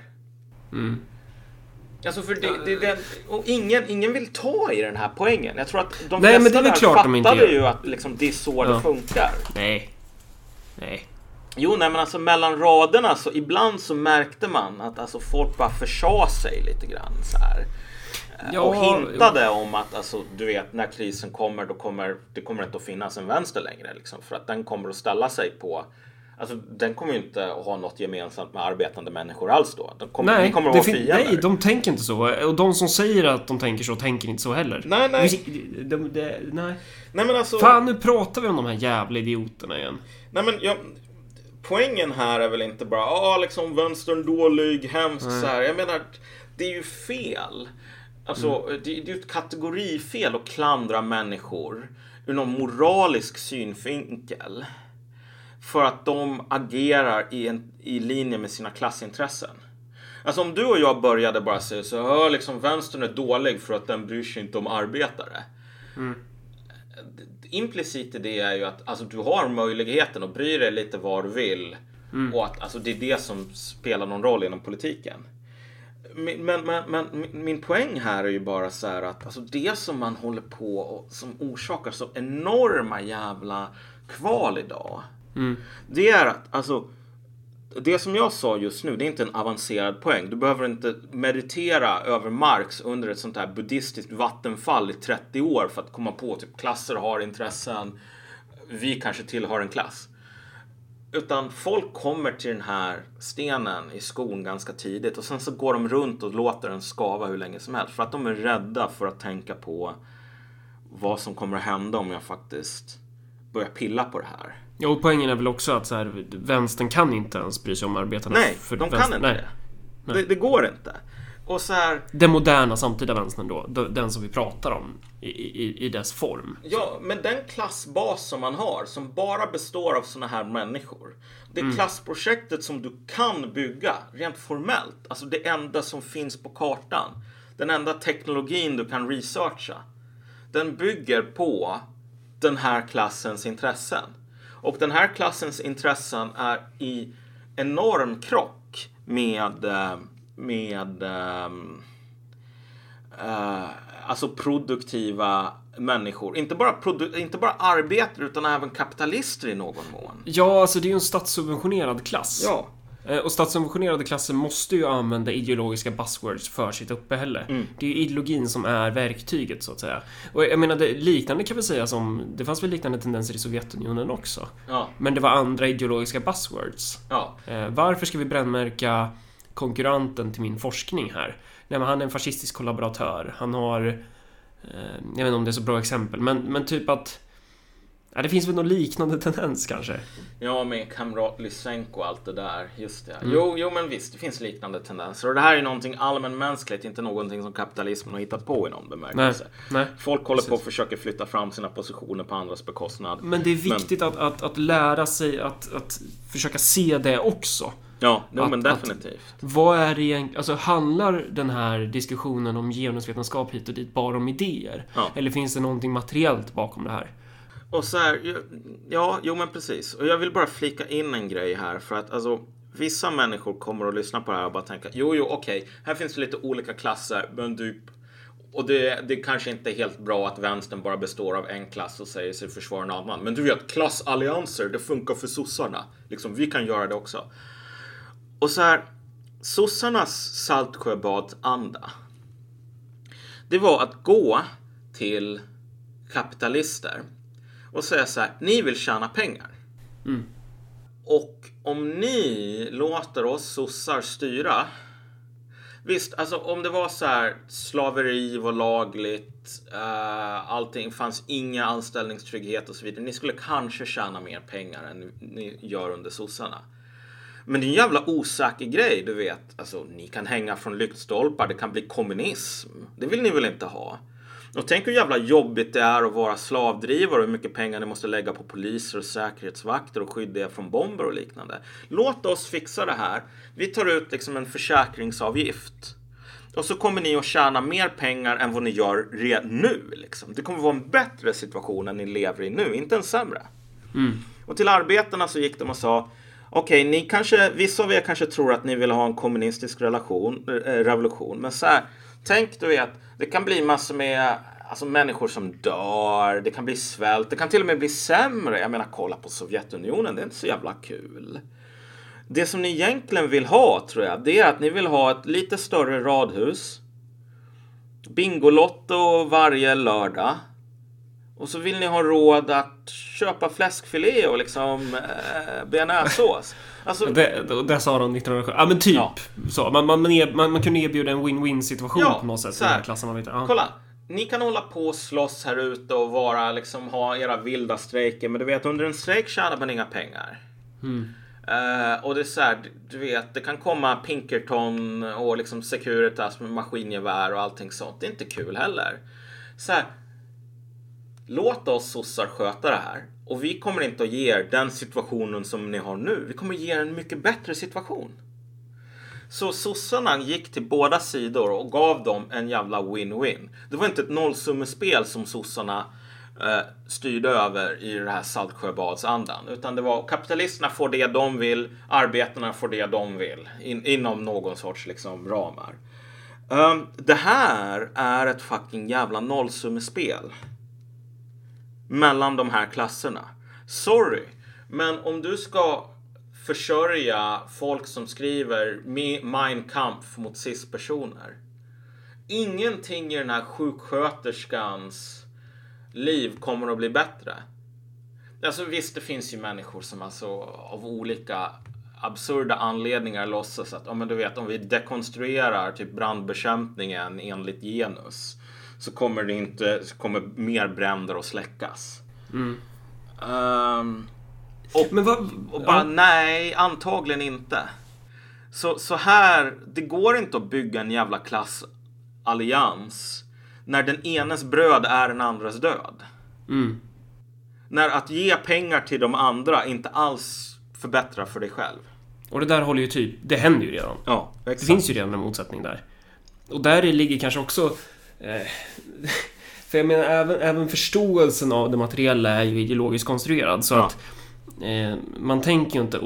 Alltså för och ingen vill ta i den här poängen. Jag tror att de flesta där fattade ju att liksom, det är så det funkar. Nej. Jo, nej, men alltså mellan raderna så ibland så märkte man att alltså folk bara försade sig lite grann så här. Och hintade om att alltså, du vet, när krisen kommer, då kommer det inte att finnas en vänster längre liksom, för att den kommer att ställa sig på alltså den kommer ju inte att ha något gemensamt med arbetande människor alls då. Ni kommer Nej, att vara fiender. nej, de tänker inte så. Och de som säger att de tänker så tänker inte så heller. Nej. Nej. Nej, men alltså... Fan, nu pratar vi om de här jävla idioterna igen. Nej, men poängen här är väl inte bara liksom vänstern dålig, hemskt så här. Jag menar, det är ju fel. Alltså, det är ju ett kategorifel att klandra människor ur någon moralisk synvinkel för att de agerar i linje med sina klassintressen. Alltså om du och jag började bara säga så liksom vänstern är dålig för att den bryr sig inte om arbetare. Implicit i det är ju att alltså, du har möjligheten att bry dig lite vad du vill. Och att alltså, det är det som spelar någon roll inom politiken. Men min poäng här är ju bara så här att alltså, det som man håller på och som orsakar så enorma jävla kval idag. Det är att alltså, det som jag sa just nu, det är inte en avancerad poäng. Du behöver inte meditera över Marx under ett sånt här buddhistiskt vattenfall i 30 år för att komma på typ klasser har intressen. Vi kanske tillhör en klass. Utan folk kommer till den här stenen i skon ganska tidigt och sen så går de runt och låter den skava hur länge som helst för att de är rädda för att tänka på vad som kommer att hända om jag faktiskt börjar pilla på det här. Ja, och poängen är väl också att så här, vänstern kan inte ens bry sig om arbetarna. Nej, de kan inte det. Det går inte. Och så här, den moderna samtida vänstern då, den som vi pratar om i dess form. Ja, men den klassbas som man har, som bara består av såna här människor. Det klassprojektet som du kan bygga rent formellt, alltså det enda som finns på kartan, den enda teknologin du kan researcha, den bygger på den här klassens intressen. Och den här klassens intressen är i enorm krock med alltså produktiva människor. Inte bara arbetare utan även kapitalister i någon mån. Ja, alltså det är ju en statssubventionerad klass. Ja. Och statssubventionerade klasser måste ju använda ideologiska buzzwords för sitt uppehälle. Det är ju ideologin som är verktyget så att säga. Och jag menar, liknande kan vi säga som det fanns väl liknande tendenser i Sovjetunionen också. Ja. Men det var andra ideologiska buzzwords. Ja. Varför ska vi brännmärka konkurrenten till min forskning här? Nej, men han är en fascistisk kollaboratör. Han har jag vet inte om det är så bra exempel, men typ att det finns väl någon liknande tendens kanske. Ja, med kamrat Lysenko och allt det där. Just det. Jo, men visst, det finns liknande tendenser. Och det här är någonting allmänmänskligt, inte någonting som kapitalismen har hittat på i någon bemärkelse. Nej. Folk håller på och försöker flytta fram sina positioner på andras bekostnad. Men det är viktigt att lära sig att försöka se det också. Ja, men definitivt. Vad är det egentligen, alltså handlar den här diskussionen om genusvetenskap hit och dit bara om idéer? Ja. Eller finns det någonting materiellt bakom det här? Och så här, men precis. Och jag vill bara flika in en grej här för att alltså vissa människor kommer att lyssna på det här och bara tänka, okej, här finns det lite olika klasser, men typ, och det kanske inte är helt bra att vänstern bara består av en klass och säger sig försvara en annan. Men du vet, klassallianser, det funkar för sossarna. Liksom, vi kan göra det också. Och så här, sossarnas Saltsjöbadsanda, det var att gå till kapitalister och säga så här, ni vill tjäna pengar. Och om ni låter oss sossar styra, visst, alltså om det var så här, slaveri var lagligt, allting, fanns inga anställningstrygghet och så vidare, ni skulle kanske tjäna mer pengar än ni gör under sossarna. Men det är en jävla osäker grej, du vet. Alltså, ni kan hänga från lyktstolpar, det kan bli kommunism. Det vill ni väl inte ha? Och tänk hur jävla jobbigt det är att vara slavdrivare och hur mycket pengar ni måste lägga på poliser och säkerhetsvakter och skydda er från bomber och liknande. Låt oss fixa det här. Vi tar ut liksom en försäkringsavgift. Och så kommer ni att tjäna mer pengar än vad ni gör nu. Liksom. Det kommer vara en bättre situation än ni lever i nu, inte en sämre. Och till arbetarna så gick de och sa, okej, vissa av er kanske tror att ni vill ha en kommunistisk revolution. Men så här, tänk du vet, det kan bli massor med alltså, människor som dör. Det kan bli svält. Det kan till och med bli sämre. Jag menar, kolla på Sovjetunionen. Det är inte så jävla kul. Det som ni egentligen vill ha, tror jag, det är att ni vill ha ett lite större radhus. Bingolotto varje lördag. Och så vill ni ha råd att köpa fläskfilé och liksom bearnaisesås. Alltså, det sa de 1970. Ja, men typ. Ja. Så. Man kunde erbjuda en win-win situation på något sätt. Så här, klassen, kolla. Ni kan hålla på och slåss här ute och vara, liksom, ha era vilda strejker. Men du vet, under en strejk tjänar man inga pengar. Och det är så här, du vet, det kan komma Pinkerton och liksom Securitas med maskingevär och allting sånt. Det är inte kul heller. Så här, låt oss sossar sköta det här. Och vi kommer inte att ge er den situationen som ni har nu. Vi kommer ge er en mycket bättre situation. Så sossarna gick till båda sidor och gav dem en jävla win-win. Det var inte ett nollsummespel som sossarna styrde över i det här Saltsjöbadsandan. Utan det var kapitalisterna får det de vill, arbetarna får det de vill. Inom någon sorts liksom ramar. Det här är ett fucking jävla nollsummespel mellan de här klasserna. Sorry, men om du ska försörja folk som skriver Mein Kampf mot cis-personer, ingenting i den här sjuksköterskans liv kommer att bli bättre. Alltså visst, det finns ju människor som alltså av olika absurda anledningar låtsas att men du vet, om vi dekonstruerar typ brandbekämpningen enligt genus så kommer mer bränder att släckas. Nej, antagligen inte. Så här, det går inte att bygga en jävla klassallians när den enes bröd är den andres död. När att ge pengar till de andra inte alls förbättrar för dig själv. Och det där håller ju typ, det händer ju redan. Ja, exakt. Det finns ju redan en motsättning där. Och där ligger kanske också för jag menar, även förståelsen av det materiella är ju ideologiskt konstruerad. Så att man tänker ju inte,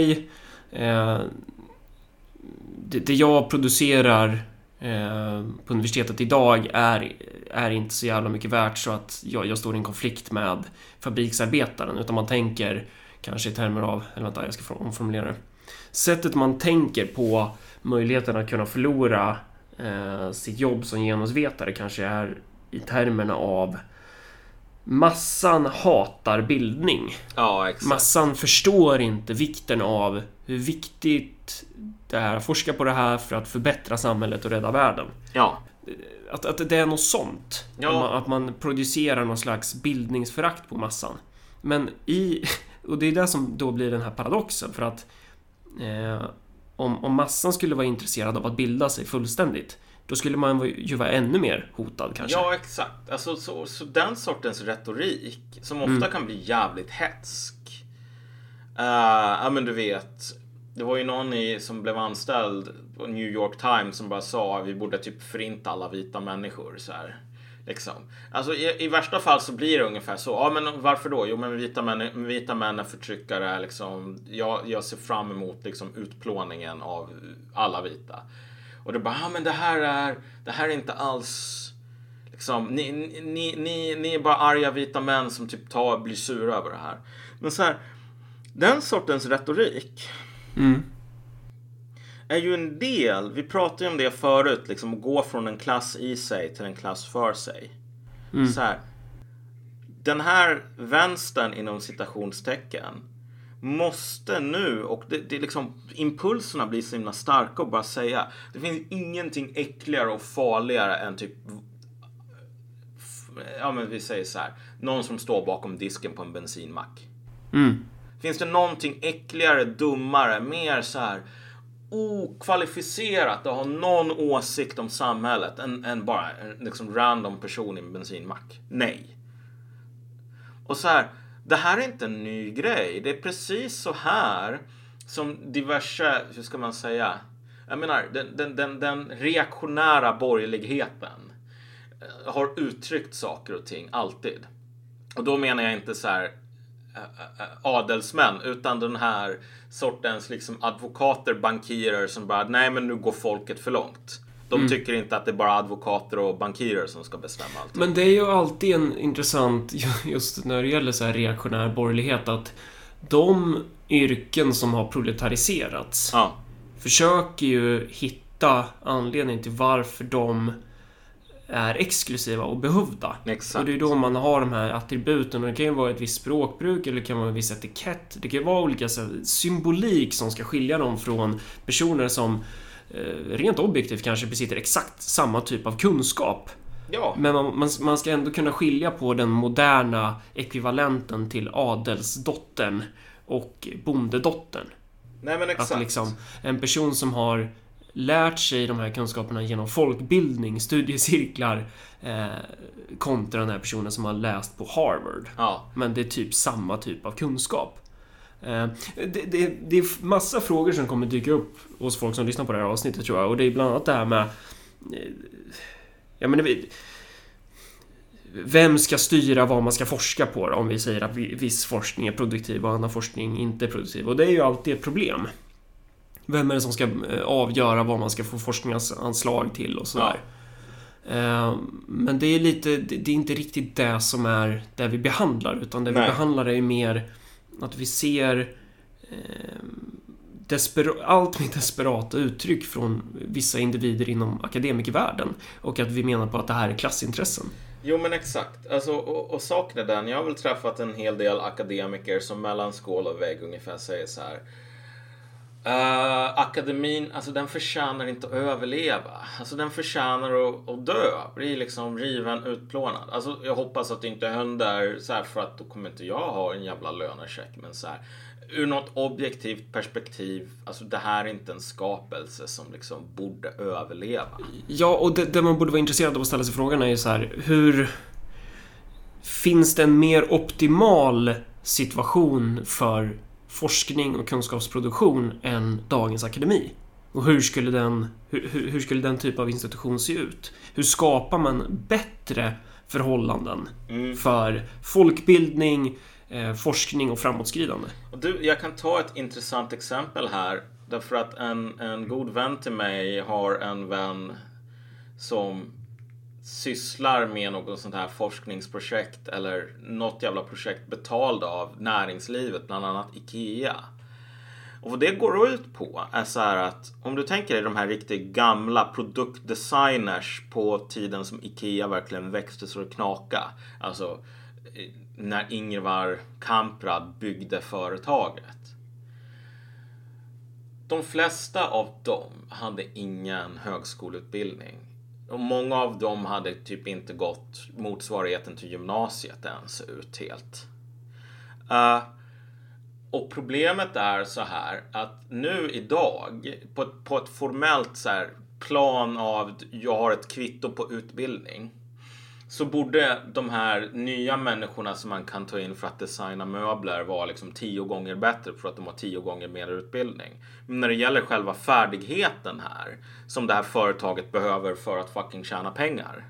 det jag producerar på universitetet idag är inte så jävla mycket värt så att jag står i en konflikt med fabriksarbetaren, utan man tänker kanske i termer av, eller vänta, jag ska omformulera det. Sättet man tänker på möjligheten att kunna förlora sitt jobb som genusvetare kanske är i termerna av massan hatar bildning. Ja, exakt. Massan förstår inte vikten av hur viktigt det är att forska på det här för att förbättra samhället och rädda världen. Ja. Att det är något sånt. Ja. Att man producerar någon slags bildningsförakt på massan. Men och det är det som då blir den här paradoxen. För att om massan skulle vara intresserad av att bilda sig fullständigt, då skulle man ju vara ännu mer hotad kanske. Ja, exakt. Alltså, så den sortens retorik som ofta kan bli jävligt hetsk. Men du vet, det var ju någon som blev anställd på New York Times som bara sa att vi borde typ förinta alla vita människor så här. Liksom. Alltså i värsta fall så blir det ungefär så. Ja, men varför då? Jo, men vita män är förtryckare liksom. Jag ser fram emot liksom utplåningen av alla vita. Och det bara, men det här är inte alls liksom, ni är bara arga vita män som typ blir sura över det här. Men så här, den sortens retorik är ju en del, vi pratade ju om det förut, liksom att gå från en klass i sig till en klass för sig. Så här, den här vänstern inom citationstecken måste nu, och det liksom, impulserna blir så himla starka och bara säga, det finns ingenting äckligare och farligare än typ, ja men vi säger så här, någon som står bakom disken på en bensinmack. Finns det någonting äckligare, dummare, mer så här okvalificerat att ha någon åsikt om samhället än bara en liksom random person i en bensinmack? Nej. Och så här, det här är inte en ny grej. Det är precis så här som diverse, hur ska man säga, jag menar, den reaktionära borgerligheten har uttryckt saker och ting alltid. Och då menar jag inte så här adelsmän, utan den här sortens liksom advokater, bankirer som bara, nej men nu går folket för långt. De tycker inte att det är bara advokater och bankirer som ska bestämma allt. Men det är ju alltid en intressant, just när det gäller så här reaktionär borgerlighet, att de yrken som har proletariserats försöker ju hitta anledning till varför de är exklusiva och behövda. Exakt. Och det är då man har de här attributen. Och det kan ju vara ett visst språkbruk eller det kan vara en viss etikett. Det kan ju vara olika symbolik som ska skilja dem från personer som rent objektivt kanske besitter exakt samma typ av kunskap. Ja. Men man ska ändå kunna skilja på den moderna ekvivalenten till adelsdottern och bondedottern. Nej, men exakt. Att liksom en person som har lärt sig de här kunskaperna genom folkbildning, studiecirklar kontra den här personen som har läst på Harvard. Ja. Men det är typ samma typ av kunskap. Det är massa frågor som kommer dyka upp hos folk som lyssnar på det här avsnittet, tror jag. Och det är bland annat det här med vem ska styra vad man ska forska på då, om vi säger att viss forskning är produktiv och annan forskning inte är produktiv. Och det är ju alltid ett problem. Vem är det som ska avgöra vad man ska få forskningsanslag till och sådär. Ja. Men det är inte riktigt det som är det vi behandlar, utan det vi behandlar är mer att vi ser allt med desperata uttryck från vissa individer inom akademikervärlden, och att vi menar på att det här är klassintressen. Jo, men exakt. Alltså, och saken är den, jag har väl träffat en hel del akademiker som mellan skål och vägg ungefär säger så här: akademin, alltså den förtjänar inte att överleva. Alltså den förtjänar att dö. Bli liksom riven, utplånad. Alltså jag hoppas att det inte händer så här, för att då kommer inte jag ha en jävla lönecheck. Men så här, ur något objektivt perspektiv, alltså det här är inte en skapelse som liksom borde överleva. Ja, och det man borde vara intresserad av att ställa sig frågan är ju så här: hur finns det en mer optimal situation för forskning och kunskapsproduktion än dagens akademi? Och hur skulle den typ av institution se ut? Hur skapar man bättre förhållanden för folkbildning, forskning och framåtskridande? Och jag kan ta ett intressant exempel här. Därför att en god vän till mig har en vän som sysslar med något sånt här forskningsprojekt eller något jävla projekt betald av näringslivet, bland annat IKEA. Och vad det går ut på är så här att om du tänker dig de här riktigt gamla produktdesigners på tiden som IKEA verkligen växte så det knaka. Alltså när Ingvar Kamprad byggde företaget. De flesta av dem hade ingen högskoleutbildning. Och många av dem hade typ inte gått motsvarigheten till gymnasiet ens ut helt. Och problemet är så här att nu idag på ett formellt så här plan av jag har ett kvitto på utbildning, så borde de här nya människorna som man kan ta in för att designa möbler vara liksom 10 gånger bättre för att de har 10 gånger mer utbildning. Men när det gäller själva färdigheten här, som det här företaget behöver för att fucking tjäna pengar,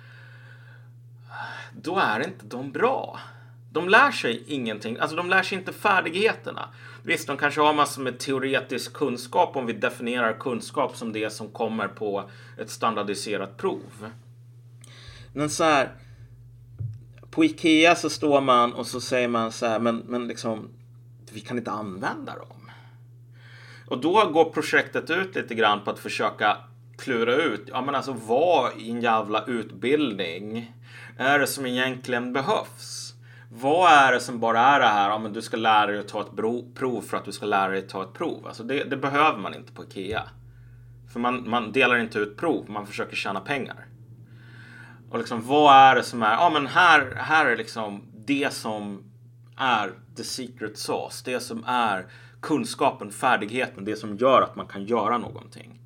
då är inte de bra. De lär sig ingenting. Alltså de lär sig inte färdigheterna. Visst, de kanske har massor med teoretisk kunskap om vi definierar kunskap som det som kommer på ett standardiserat prov. Men så här, på IKEA så står man och så säger man så här, men liksom, vi kan inte använda dem. Och då går projektet ut lite grann på att försöka klura ut, ja men alltså vad i en jävla utbildning är det som egentligen behövs? Vad är det som bara är det här, ja men du ska lära dig att ta ett prov för att du ska lära dig att ta ett prov. Alltså det behöver man inte på IKEA. För man delar inte ut prov, man försöker tjäna pengar. Och liksom, vad är det som är, ja men här är liksom det som är the secret sauce. Det som är kunskapen, färdigheten, det som gör att man kan göra någonting.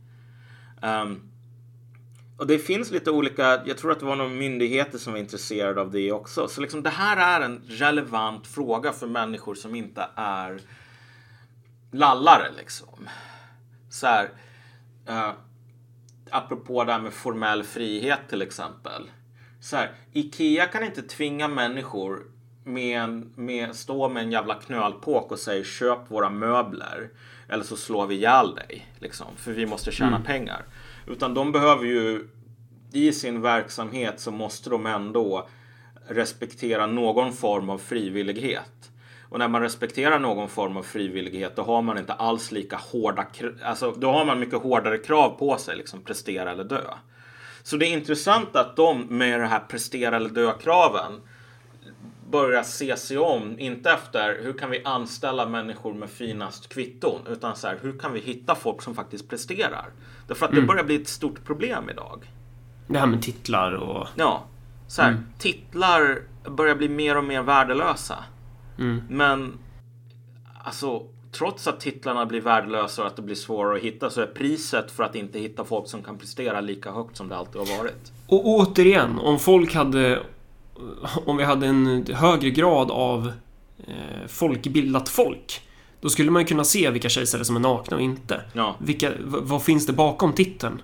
Och det finns lite olika, jag tror att det var någon myndigheter som var intresserade av det också. Så liksom det här är en relevant fråga för människor som inte är lallare liksom. Så här, apropå det här med formell frihet till exempel. Så här, IKEA kan inte tvinga människor stå med en jävla knölpåk och säga köp våra möbler eller så slår vi ihjäl dig liksom, för vi måste tjäna pengar. Utan de behöver ju i sin verksamhet, så måste de ändå respektera någon form av frivillighet. Och när man respekterar någon form av frivillighet, då har man inte alls lika hårda, alltså då har man mycket hårdare krav på sig, liksom prestera eller dö. Så det är intressant att de med det här prestera eller dö-kraven börjar se sig om, inte efter hur kan vi anställa människor med finast kvitton, utan så här, hur kan vi hitta folk som faktiskt presterar? Därför att det börjar bli ett stort problem idag. Det här med titlar och... Ja, så här, titlar börjar bli mer och mer värdelösa. Men alltså, trots att titlarna blir värdelösa och att det blir svårare att hitta, så är priset för att inte hitta folk som kan prestera lika högt som det alltid har varit. Och återigen, om vi hade en högre grad av folkbildat folk, då skulle man kunna se vilka kejsare som är nakna och inte. Ja. Vad finns det bakom titeln?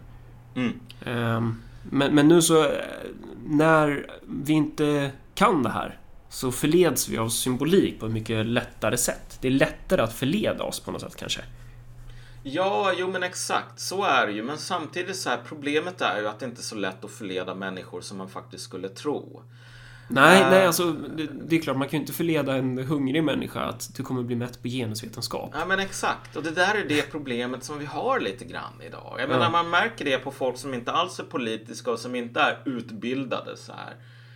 Men nu så, när vi inte kan det här, så förleds vi av symbolik på ett mycket lättare sätt. Det är lättare att förleda oss på något sätt kanske. Ja, jo men exakt, så är det ju. Men samtidigt så här, problemet är ju att det inte är så lätt att förleda människor som man faktiskt skulle tro. Nej, alltså det är klart, man kan ju inte förleda en hungrig människa att du kommer bli mätt på genusvetenskap. Ja, men exakt. Och det där är det problemet som vi har lite grann idag. Jag menar, man märker det på folk som inte alls är politiska och som inte är utbildade så här.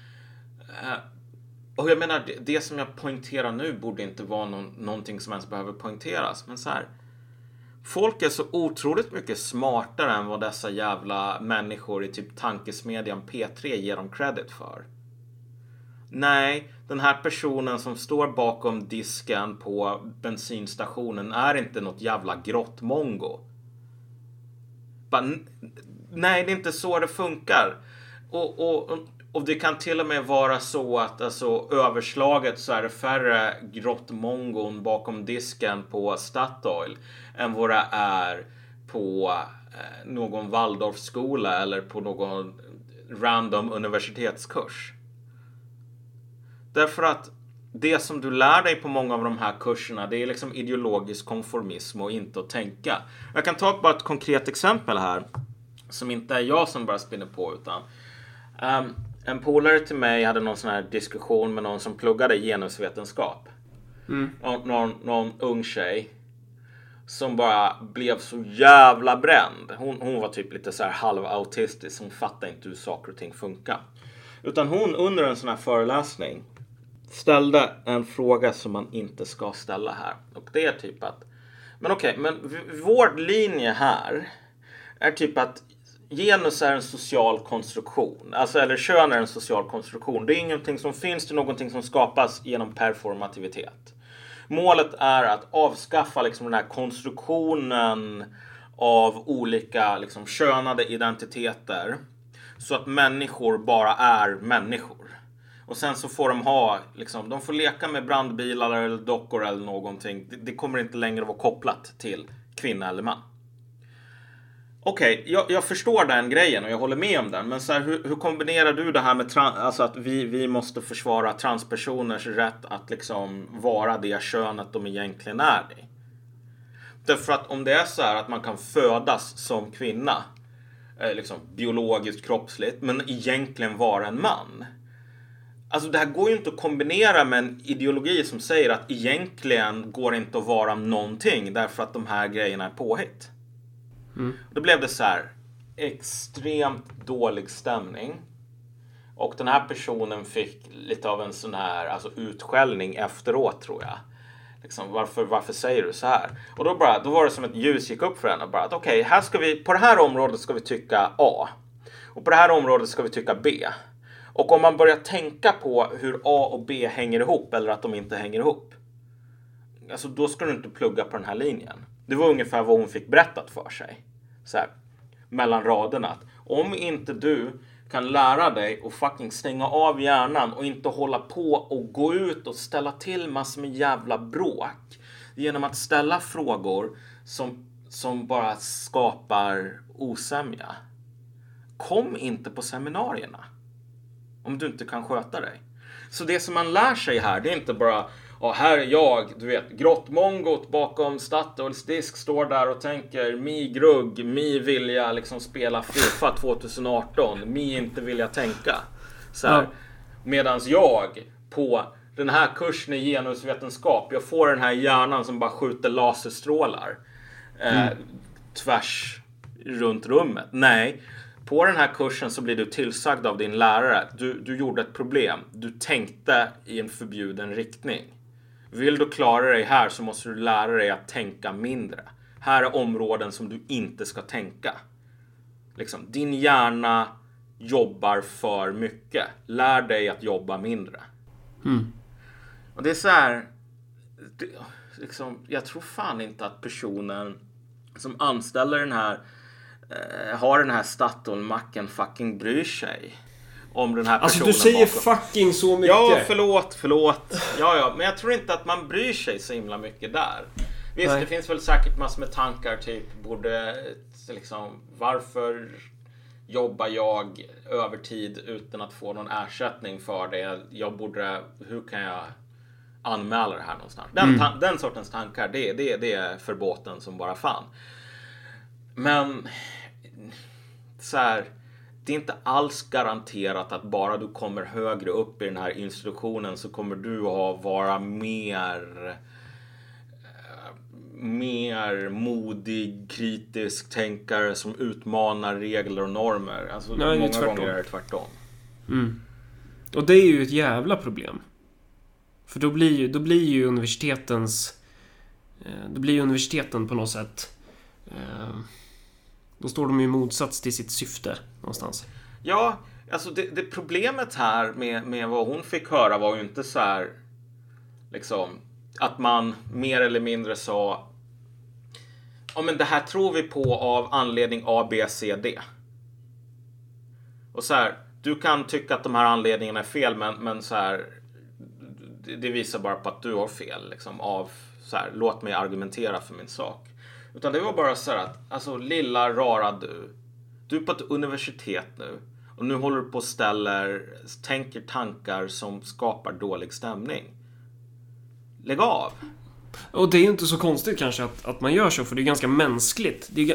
Och jag menar, det som jag poängterar nu borde inte vara någonting som ens behöver poängteras. Men så här, folk är så otroligt mycket smartare än vad dessa jävla människor i typ tankesmedjan P3 ger dem credit för. Nej, den här personen som står bakom disken på bensinstationen är inte något jävla grottmongo. Nej, det är inte så det funkar. Och det kan till och med vara så att alltså, överslaget så är det färre grottmongon bakom disken på Statoil än vad det är på någon Waldorfskola eller på någon random universitetskurs. Därför att det som du lär dig på många av de här kurserna, det är liksom ideologisk konformism och inte att tänka. Jag kan ta bara ett konkret exempel här, som inte är jag som bara spinner på, utan en polare till mig hade någon sån här diskussion med någon som pluggade genusvetenskap. Någon ung tjej som bara blev så jävla bränd. Hon var typ lite så här halvautistisk, hon fattade inte hur saker och ting funkar. Utan hon under en sån här föreläsning ställde en fråga som man inte ska ställa här. Och det är typ att, men vår linje här är typ att genus är en social konstruktion. Alltså, eller kön är en social konstruktion. Det är ingenting som finns, det är någonting som skapas genom performativitet. Målet är att avskaffa liksom den här konstruktionen av olika liksom könade identiteter, så att människor bara är människor. Och sen så får de ha, liksom, de får leka med brandbilar eller dockor eller någonting. Det kommer inte längre vara kopplat till kvinna eller man. Okej, jag förstår den grejen och jag håller med om den. Men så här, hur kombinerar du det här med alltså att vi måste försvara transpersoners rätt att liksom vara det könet de egentligen är i? Därför att om det är så här att man kan födas som kvinna, liksom biologiskt, kroppsligt, men egentligen vara en man. Alltså det här går ju inte att kombinera med en ideologi som säger att egentligen går det inte att vara någonting därför att de här grejerna är påhitt. Då blev det så här extremt dålig stämning. Och den här personen fick lite av en sån här alltså utskällning efteråt, tror jag. Liksom, varför säger du så här? Och då var det som ett ljus gick upp för henne. Bara att okej, på det här området ska vi tycka A. Och på det här området ska vi tycka B. Och om man börjar tänka på hur A och B hänger ihop eller att de inte hänger ihop, alltså då ska du inte plugga på den här linjen. Det var ungefär vad hon fick berättat för sig. Så här, mellan raderna. Att om inte du kan lära dig och fucking stänga av hjärnan och inte hålla på och gå ut och ställa till massor med jävla bråk genom att ställa frågor som bara skapar osämja. Kom inte på seminarierna om du inte kan sköta dig. Så det som man lär sig här, det är inte bara här är jag, du vet, grottmongot bakom Statoils disk står där och tänker mi vilja liksom spela FIFA 2018, inte vilja tänka. Så här, medans jag på den här kursen i genusvetenskap, jag får den här hjärnan som bara skjuter laserstrålar tvärs runt rummet. Nej, På den här kursen så blir du tillsagd av din lärare. Du gjorde ett problem. Du tänkte i en förbjuden riktning. Vill du klara dig här så måste du lära dig att tänka mindre. Här är områden som du inte ska tänka. Liksom, din hjärna jobbar för mycket. Lär dig att jobba mindre. Och det är så här... liksom, jag tror fan inte att personen som anställer den här... har den här Statoil-macken fucking bryr sig om den här personen. Alltså du säger bakom. fucking så mycket. Ja, förlåt. Ja, men jag tror inte att man bryr sig så himla mycket där. Visst, Nej. det finns väl säkert massor med tankar typ borde liksom, varför jobbar jag övertid utan att få någon ersättning för det? Hur kan jag anmäla det här någonstans? Den sortens tankar, det är för båten som bara fan. Men så här, det är inte alls garanterat att bara du kommer högre upp i den här institutionen så kommer du att vara mer modig, kritisk tänkare som utmanar regler och normer. Alltså Nej, många gånger är det tvärtom. Och det är ju ett jävla problem. För då blir ju universiteten på något sätt då står de ju i motsats till sitt syfte någonstans. Ja, alltså det problemet här med vad hon fick höra var ju inte så här liksom att man mer eller mindre sa ja men det här tror vi på av anledning A, B, C, D. Och så här, du kan tycka att de här anledningarna är fel men så här det visar bara på att du har fel liksom av så här, låt mig argumentera för min sak. Utan det var bara så här att alltså lilla rara du är på ett universitet nu och nu håller du på och tänker tankar som skapar dålig stämning. Lägg av. Och det är ju inte så konstigt kanske att man gör så, för det är ganska mänskligt. Vi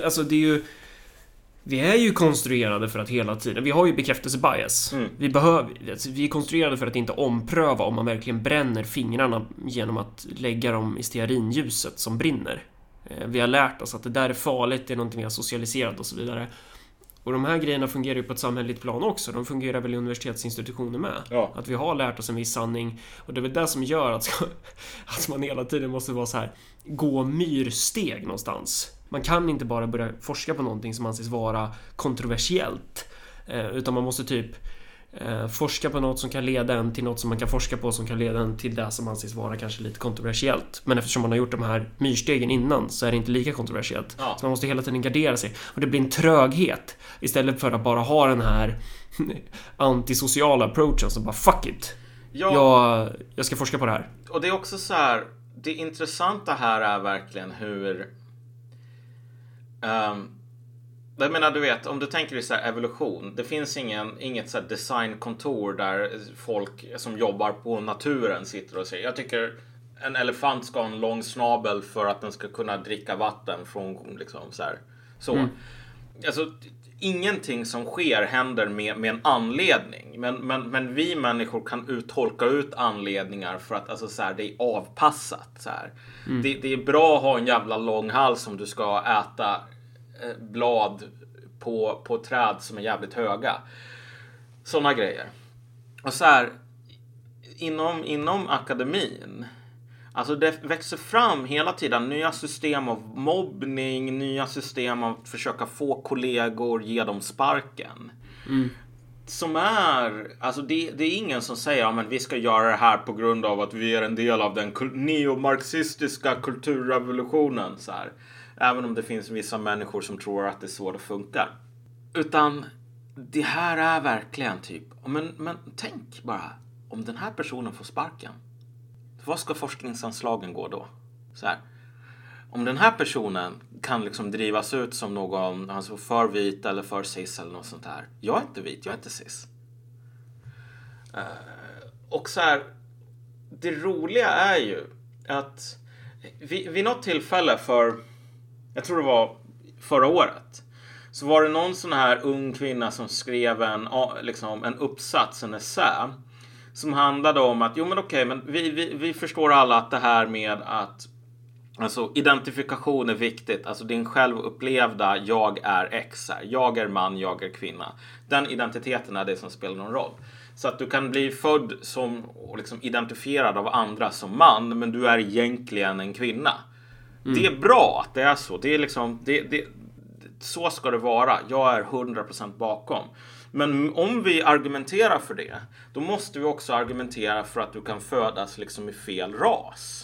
är ju konstruerade för att hela tiden... Vi har ju bekräftelsebias. Vi är konstruerade för att inte ompröva om man verkligen bränner fingrarna genom att lägga dem i stearinljuset som brinner. Vi har lärt oss att det där är farligt, det är någonting vi har socialiserat och så vidare. Och de här grejerna fungerar ju på ett samhälleligt plan också. De fungerar väl i universitetsinstitutioner med. Ja. Att vi har lärt oss en viss sanning. Och det är väl det som gör att man hela tiden måste vara så här, gå myrsteg någonstans. Man kan inte bara börja forska på någonting som anses vara kontroversiellt. Utan man måste typ forska på något som kan leda en till något som man kan forska på som kan leda en till det som anses vara kanske lite kontroversiellt. Men eftersom man har gjort de här myrstegen innan så är det inte lika kontroversiellt. Så man måste hela tiden gardera sig. Och det blir en tröghet istället för att bara ha den här antisociala approachen som bara fuck it. Ja. Jag ska forska på det här. Och det är också så här, det intressanta här är verkligen hur jag menar, du vet, om du tänker dig så här evolution, det finns inget så här designkontor där folk som jobbar på naturen sitter och säger jag tycker en elefant ska ha en lång snabel för att den ska kunna dricka vatten från liksom så här. Så. Alltså, ingenting som sker händer med en anledning. Men vi människor kan uttolka ut anledningar för att alltså, så här, det är avpassat. Så här. Det är bra att ha en jävla lång hals om du ska äta blad på träd som är jävligt höga. Såna grejer. Och så här, inom akademin, alltså det växer fram hela tiden nya system av mobbning, nya system av att försöka få kollegor, ge dem sparken. Som är, alltså det är ingen som säger att vi ska göra det här på grund av att vi är en del av den neomarxistiska kulturrevolutionen så här. Även om det finns vissa människor som tror att det är så det funkar. Utan det här är verkligen typ, men tänk bara, om den här personen får sparken, vad ska forskningsanslagen gå då? Så här. Om den här personen kan liksom drivas ut som någon, alltså för vit eller för cis eller något sånt här. Jag är inte vit, jag är inte cis. Och så här, det roliga är ju att vid något tillfälle jag tror det var förra året, så var det någon sån här ung kvinna som skrev en uppsats, en essä, som handlade om att men vi förstår alla att det här med att Alltså identifikation är viktigt. Alltså din självupplevda jag är X här. Jag är man, jag är kvinna. Den identiteten är det som spelar någon roll. Så att du kan bli född som och liksom identifierad av andra som man, men du är egentligen en kvinna. Det är bra att det är så. Det är liksom, så ska det vara. Jag är 100% bakom. Men om vi argumenterar för det, då måste vi också argumentera för att du kan födas liksom i fel ras.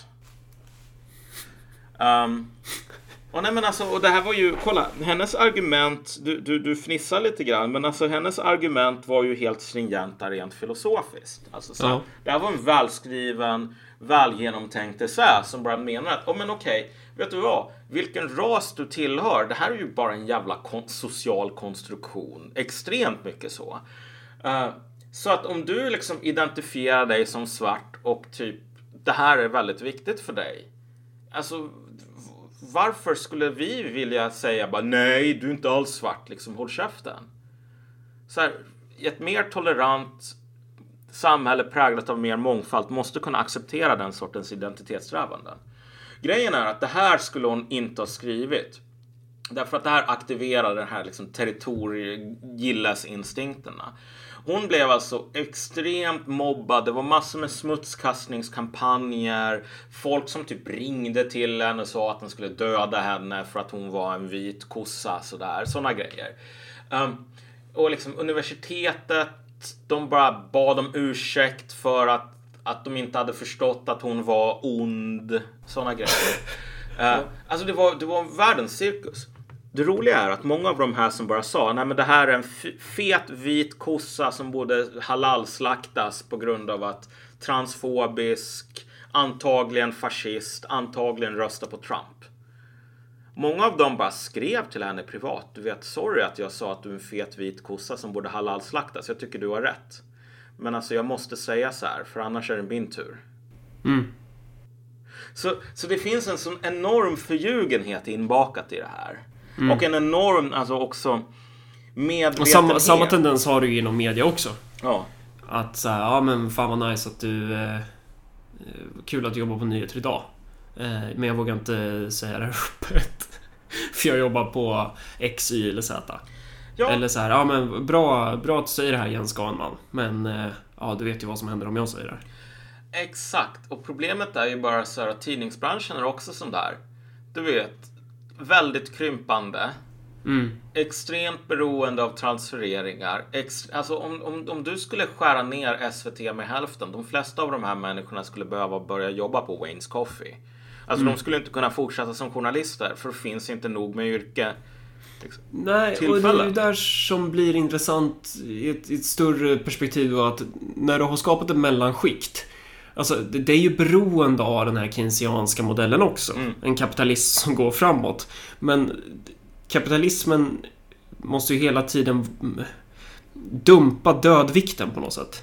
Och nej men alltså, och det här var ju, kolla, hennes argument, du fnissar lite grann, men alltså hennes argument var ju helt stringenta rent filosofiskt. Alltså så, det här var en välskriven, välgenomtänkt essä som bara menar att, men okej, vet du vad, vilken ras du tillhör, det här är ju bara en jävla social konstruktion, extremt mycket så. Så att om du liksom identifierar dig som svart och typ, det här är väldigt viktigt för dig. Alltså, varför skulle vi vilja säga bara nej, du är inte alls svart, liksom håll käften. Så här, ett mer tolerant samhälle präglat av mer mångfald måste kunna acceptera den sortens identitetssträvanden. Grejen är att det här skulle hon inte ha skrivit. Därför att det här aktiverar den här liksom territoriegillesinstinkterna. Hon blev alltså extremt mobbad. Det var massor med smutskastningskampanjer. Folk som typ ringde till henne och sa att den skulle döda henne för att hon var en vit kossa. Sådana grejer. Och liksom universitetet, de bara bad om ursäkt för att de inte hade förstått att hon var ond. Sådana grejer. Alltså det var världens cirkus. Det roliga är att många av de här som bara sa nej men det här är en fet vit kossa som borde halalslaktas på grund av att transfobisk, antagligen fascist, antagligen rösta på Trump. Många av dem bara skrev till henne privat. Du vet, sorry att jag sa att du är en fet vit kossa som borde halalslaktas. Jag tycker du har rätt. Men alltså jag måste säga så här, för annars är det min tur. Så det finns en sån enorm förljugenhet inbakat i det här. Och en enorm, alltså också medvetenhet. Och samma tendens har du ju inom media också. Ja. Att så här, ja men fan vad nice att du kul att du jobbar på nyheter idag. Men jag vågar inte säga det öppet. För jag jobbar på X, Y eller Z. Ja. Eller så här, ja men bra att du säger det här Jens Ganman. Men ja, du vet ju vad som händer om jag säger det. Exakt, och problemet är ju bara så här att tidningsbranschen är också sån där. Du vet, väldigt krympande. Extremt beroende av transfereringar. Alltså om du skulle skära ner SVT med hälften, de flesta av de här människorna skulle behöva börja jobba på Wayne's Coffee. Alltså de skulle inte kunna fortsätta som journalister, för det finns inte nog med yrke. Nej, tillfälle. Och det är ju där som blir intressant i ett större perspektiv då, att när du har skapat ett mellanskikt. Alltså det är ju beroende av den här keynesianska modellen också. En kapitalism som går framåt. Men kapitalismen måste ju hela tiden dumpa dödvikten på något sätt.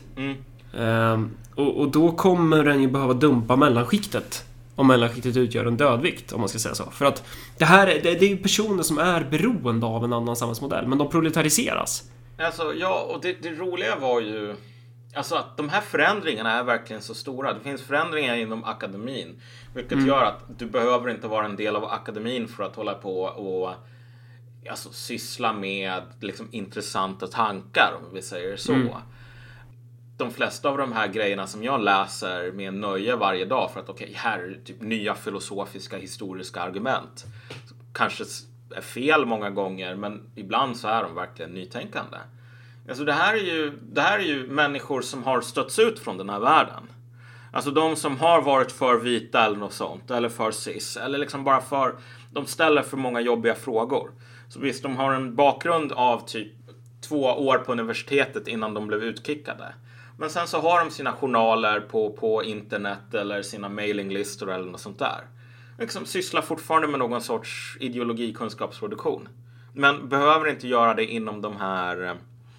Och då kommer den ju behöva dumpa mellanskiktet. Om mellanskiktet utgör en dödvikt, om man ska säga så. För att det är ju personer som är beroende av en annan samhällsmodell. Men de proletariseras. Alltså, ja, och det roliga var ju alltså att de här förändringarna är verkligen så stora. Det finns förändringar inom akademin. Vilket gör att du behöver inte vara en del av akademin för att hålla på och alltså, syssla med liksom, intressanta tankar, om vi säger så. De flesta av de här grejerna som jag läser med nöje varje dag för att okej, här är typ nya filosofiska, historiska argument. Kanske är fel många gånger, men ibland så är de verkligen nytänkande. Alltså det här är ju människor som har stötts ut från den här världen. Alltså de som har varit för vita eller något sånt, eller för cis, eller liksom bara för, de ställer för många jobbiga frågor. Så visst, de har en bakgrund av typ 2 år på universitetet innan de blev utkickade. Men sen så har de sina journaler på internet eller sina mailinglistor eller något sånt där. Liksom sysslar fortfarande med någon sorts ideologikunskapsproduktion. Men behöver inte göra det inom de här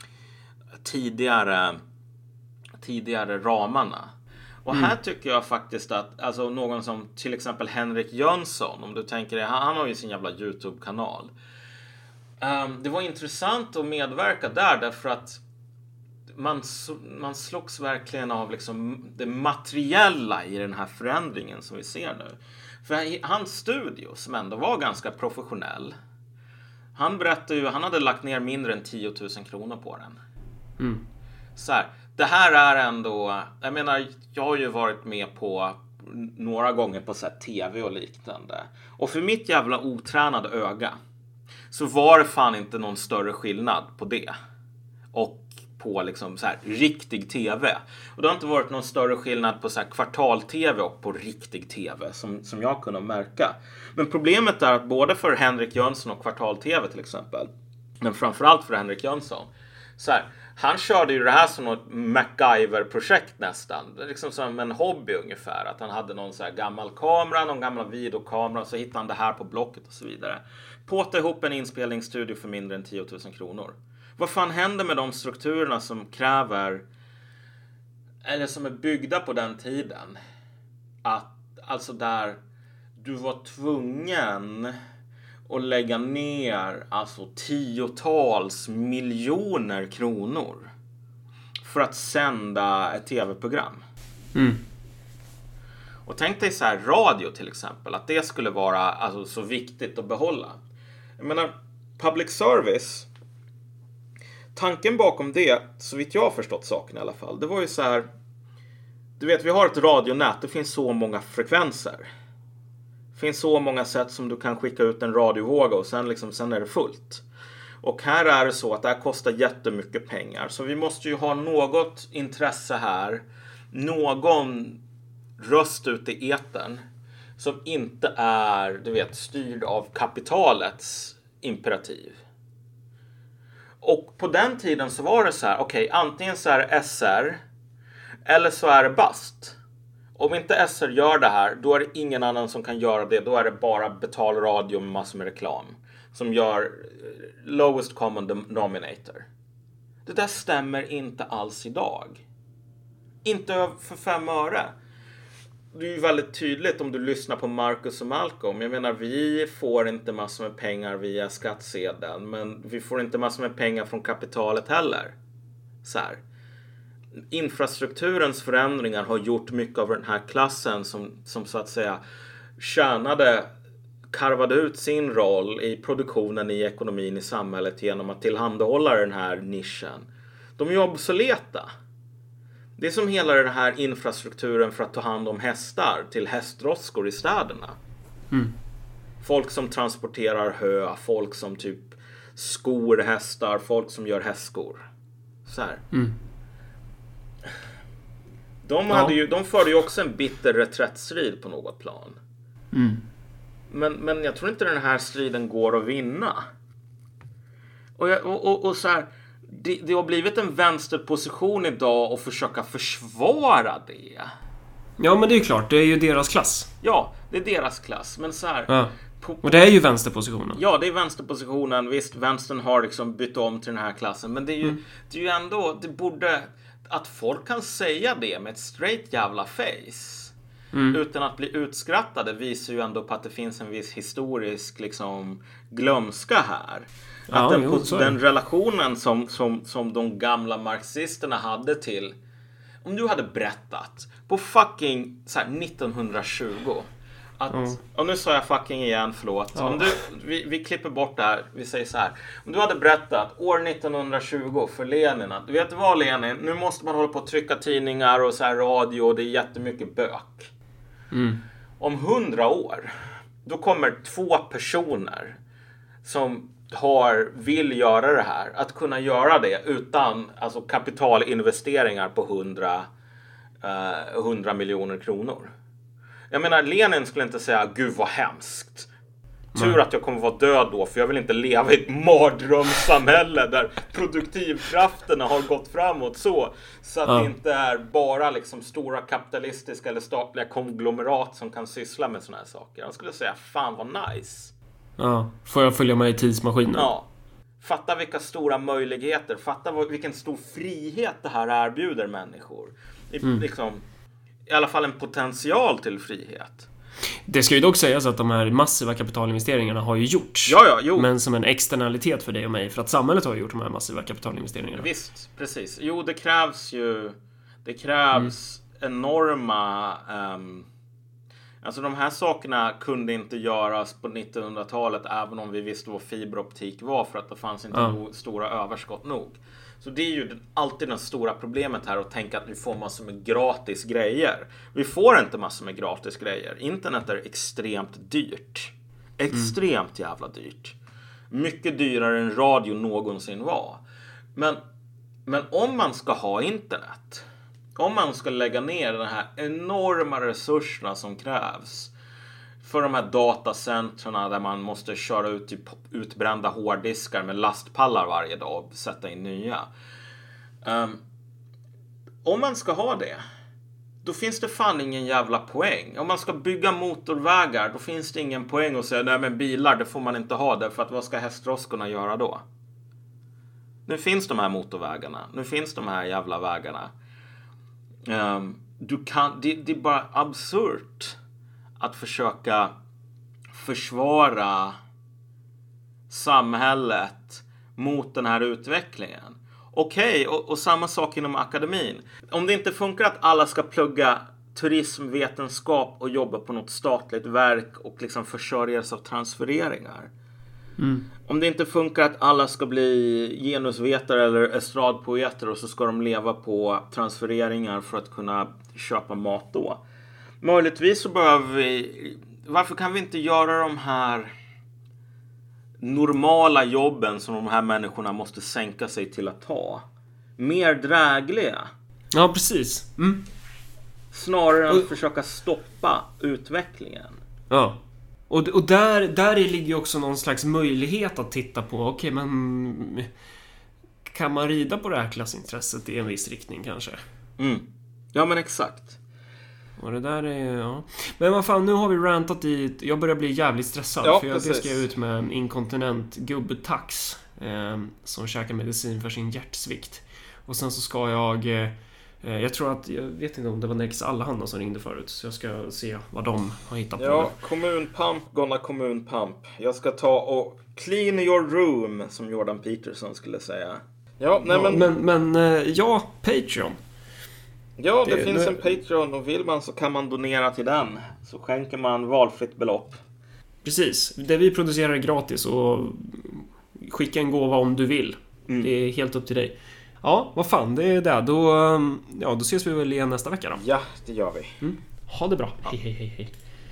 tidigare ramarna. Och här tycker jag faktiskt att alltså någon som till exempel Henrik Jönsson, om du tänker det, han har ju sin jävla YouTube-kanal. Det var intressant att medverka där därför att man slogs verkligen av liksom det materiella i den här förändringen som vi ser nu. För hans studio, som ändå var ganska professionell, han berättade ju, han hade lagt ner mindre än 10 000 kronor på den. Så här, det här är ändå, jag menar, jag har ju varit med på några gånger på så här tv och liknande. Och för mitt jävla otränade öga så var det fan inte någon större skillnad på det och på liksom så här riktig tv. Och det har inte varit någon större skillnad på så här kvartal-tv och på riktig tv som jag kunde märka. Men problemet är att både för Henrik Jönsson och kvartal-tv till exempel, men framförallt för Henrik Jönsson, så här, han körde ju det här som något MacGyver-projekt nästan. Det är liksom som en hobby ungefär. Att han hade någon så här gammal kamera, någon gammal videokamera. Så hittade han det här på Blocket och så vidare. Påta ihop en inspelningsstudio för mindre än 10 000 kronor. Vad fan händer med de strukturerna som kräver, eller som är byggda på den tiden? Att, alltså där du var tvungen att lägga ner alltså tiotals miljoner kronor för att sända ett tv-program. Och tänk dig så här radio till exempel, att det skulle vara alltså så viktigt att behålla. Jag menar, public service, tanken bakom det, så vitt jag har förstått saken i alla fall, det var ju så här, du vet, vi har ett radionät, det finns så många frekvenser. Det finns så många sätt som du kan skicka ut en radiovåga och sen är det fullt. Och här är det så att det här kostar jättemycket pengar. Så vi måste ju ha något intresse här. Någon röst ute i etern som inte är, du vet, styrd av kapitalets imperativ. Och på den tiden så var det så här, okej, antingen så är det SR eller så är det BAST. Om inte SR gör det här, då är det ingen annan som kan göra det. Då är det bara betalradio med massor med reklam som gör lowest common denominator. Det där stämmer inte alls idag. Inte för 5 öre. Det är ju väldigt tydligt om du lyssnar på Marcus och Malcolm. Jag menar, vi får inte massor med pengar via skattsedeln, men vi får inte massor med pengar från kapitalet heller. Så här. Infrastrukturens förändringar har gjort mycket av den här klassen som så att säga karvade ut sin roll i produktionen, i ekonomin, i samhället genom att tillhandahålla den här nischen. De är ju obsoleta. Det är som hela den här infrastrukturen för att ta hand om hästar till hästdroskor i städerna. Folk som transporterar hö, folk som typ skor hästar, folk som gör hästskor. Så här. De förde ju också en bitter reträttstrid på något plan. Men jag tror inte den här striden går att vinna. Och så här, det har blivit en vänsterposition idag att försöka försvara det. Ja, men det är ju klart, det är ju deras klass. Ja, det är deras klass. Men så här, ja. Och det är ju vänsterpositionen. Ja, det är vänsterpositionen. Visst, vänstern har liksom bytt om till den här klassen. Men det är ju ändå, det borde, att folk kan säga det med ett straight jävla face. Utan att bli utskrattade visar ju ändå på att det finns en viss historisk liksom glömska här. Ja, att den relationen som de gamla marxisterna hade till, om du hade berättat på fucking så här, 1920 att, och nu sa jag fucking igen, förlåt. Om vi klipper bort det här, vi säger så här. Om du hade berättat år 1920 för Lenin att, du vet vad Lenin, nu måste man hålla på att trycka tidningar och så här radio och det är jättemycket bök. Om 100 år då kommer 2 personer som vill göra det här att kunna göra det utan alltså kapitalinvesteringar på 100 miljoner kronor. Jag menar, Lenin skulle inte säga gud vad hemskt. Tur att jag kommer vara död då, för jag vill inte leva i ett mardrömssamhälle där produktivkrafterna har gått framåt så att det inte är bara liksom stora kapitalistiska eller statliga konglomerat som kan syssla med såna här saker. Han skulle säga, fan vad nice. Ja, får jag följa med i tidsmaskinen? Ja. Fatta vilka stora möjligheter, fatta vilken stor frihet det här erbjuder människor. Liksom, i alla fall en potential till frihet. Det ska ju dock sägas att de här massiva kapitalinvesteringarna har ju gjorts. Ja, jo. Men som en externalitet för dig och mig. För att samhället har gjort de här massiva kapitalinvesteringarna. Visst, precis. Jo, det krävs ju... Det krävs enorma... Alltså de här sakerna kunde inte göras på 1900-talet även om vi visste vad fiberoptik var, för att det fanns inte stora överskott nog. Så det är ju alltid det stora problemet här, att tänka att vi får massor med gratis grejer. Vi får inte massor med gratis grejer. Internet är extremt dyrt. Extremt jävla dyrt. Mycket dyrare än radio någonsin var. Men om man ska ha internet, om man ska lägga ner de här enorma resurserna som krävs för de här datacentrarna där man måste köra ut typ utbrända hårddiskar med lastpallar varje dag och sätta in nya. Om man ska ha det, då finns det fan ingen jävla poäng. Om man ska bygga motorvägar, då finns det ingen poäng att säga nej, men bilar, det får man inte ha där, för att vad ska hästroskorna göra då? Nu finns de här motorvägarna. Nu finns de här jävla vägarna. Det är bara absurt att försöka försvara samhället mot den här utvecklingen. Okej, och samma sak inom akademin. Om det inte funkar att alla ska plugga turismvetenskap och jobba på något statligt verk och liksom försörjas av transfereringar. Om det inte funkar att alla ska bli genusvetare eller estradpoeter och så ska de leva på transfereringar för att kunna köpa mat då. Möjligtvis så behöver vi... Varför kan vi inte göra de här normala jobben som de här människorna måste sänka sig till att ta mer drägliga? Ja, precis. Snarare än att försöka stoppa utvecklingen. Ja. Och där ligger ju också någon slags möjlighet att titta på. Okej, men kan man rida på det här klassintresset i en viss riktning kanske? Ja, men exakt. Och det där är... Ja. Men vad fan, nu har vi rantat i... Jag börjar bli jävligt stressad. Ja, för det ska jag ut med en inkontinent gubbetax som käkar medicin för sin hjärtsvikt. Och sen så ska jag... Jag tror att, jag vet inte om det var Nerikes Allehanda som ringde förut, så jag ska se vad de har hittat på. Ja, kommunpump, gonna kommunpump. Jag ska ta och clean your room, som Jordan Peterson skulle säga. Ja, nej men ja, Patreon. Ja, det finns en Patreon, och vill man så kan man donera till den. Så skänker man valfritt belopp. Precis, det vi producerar är gratis, och skicka en gåva om du vill. Det är helt upp till dig. Ja, vad fan, det är det. Då ses vi väl igen nästa vecka då. Ja, det gör vi. Ha det bra. Hej.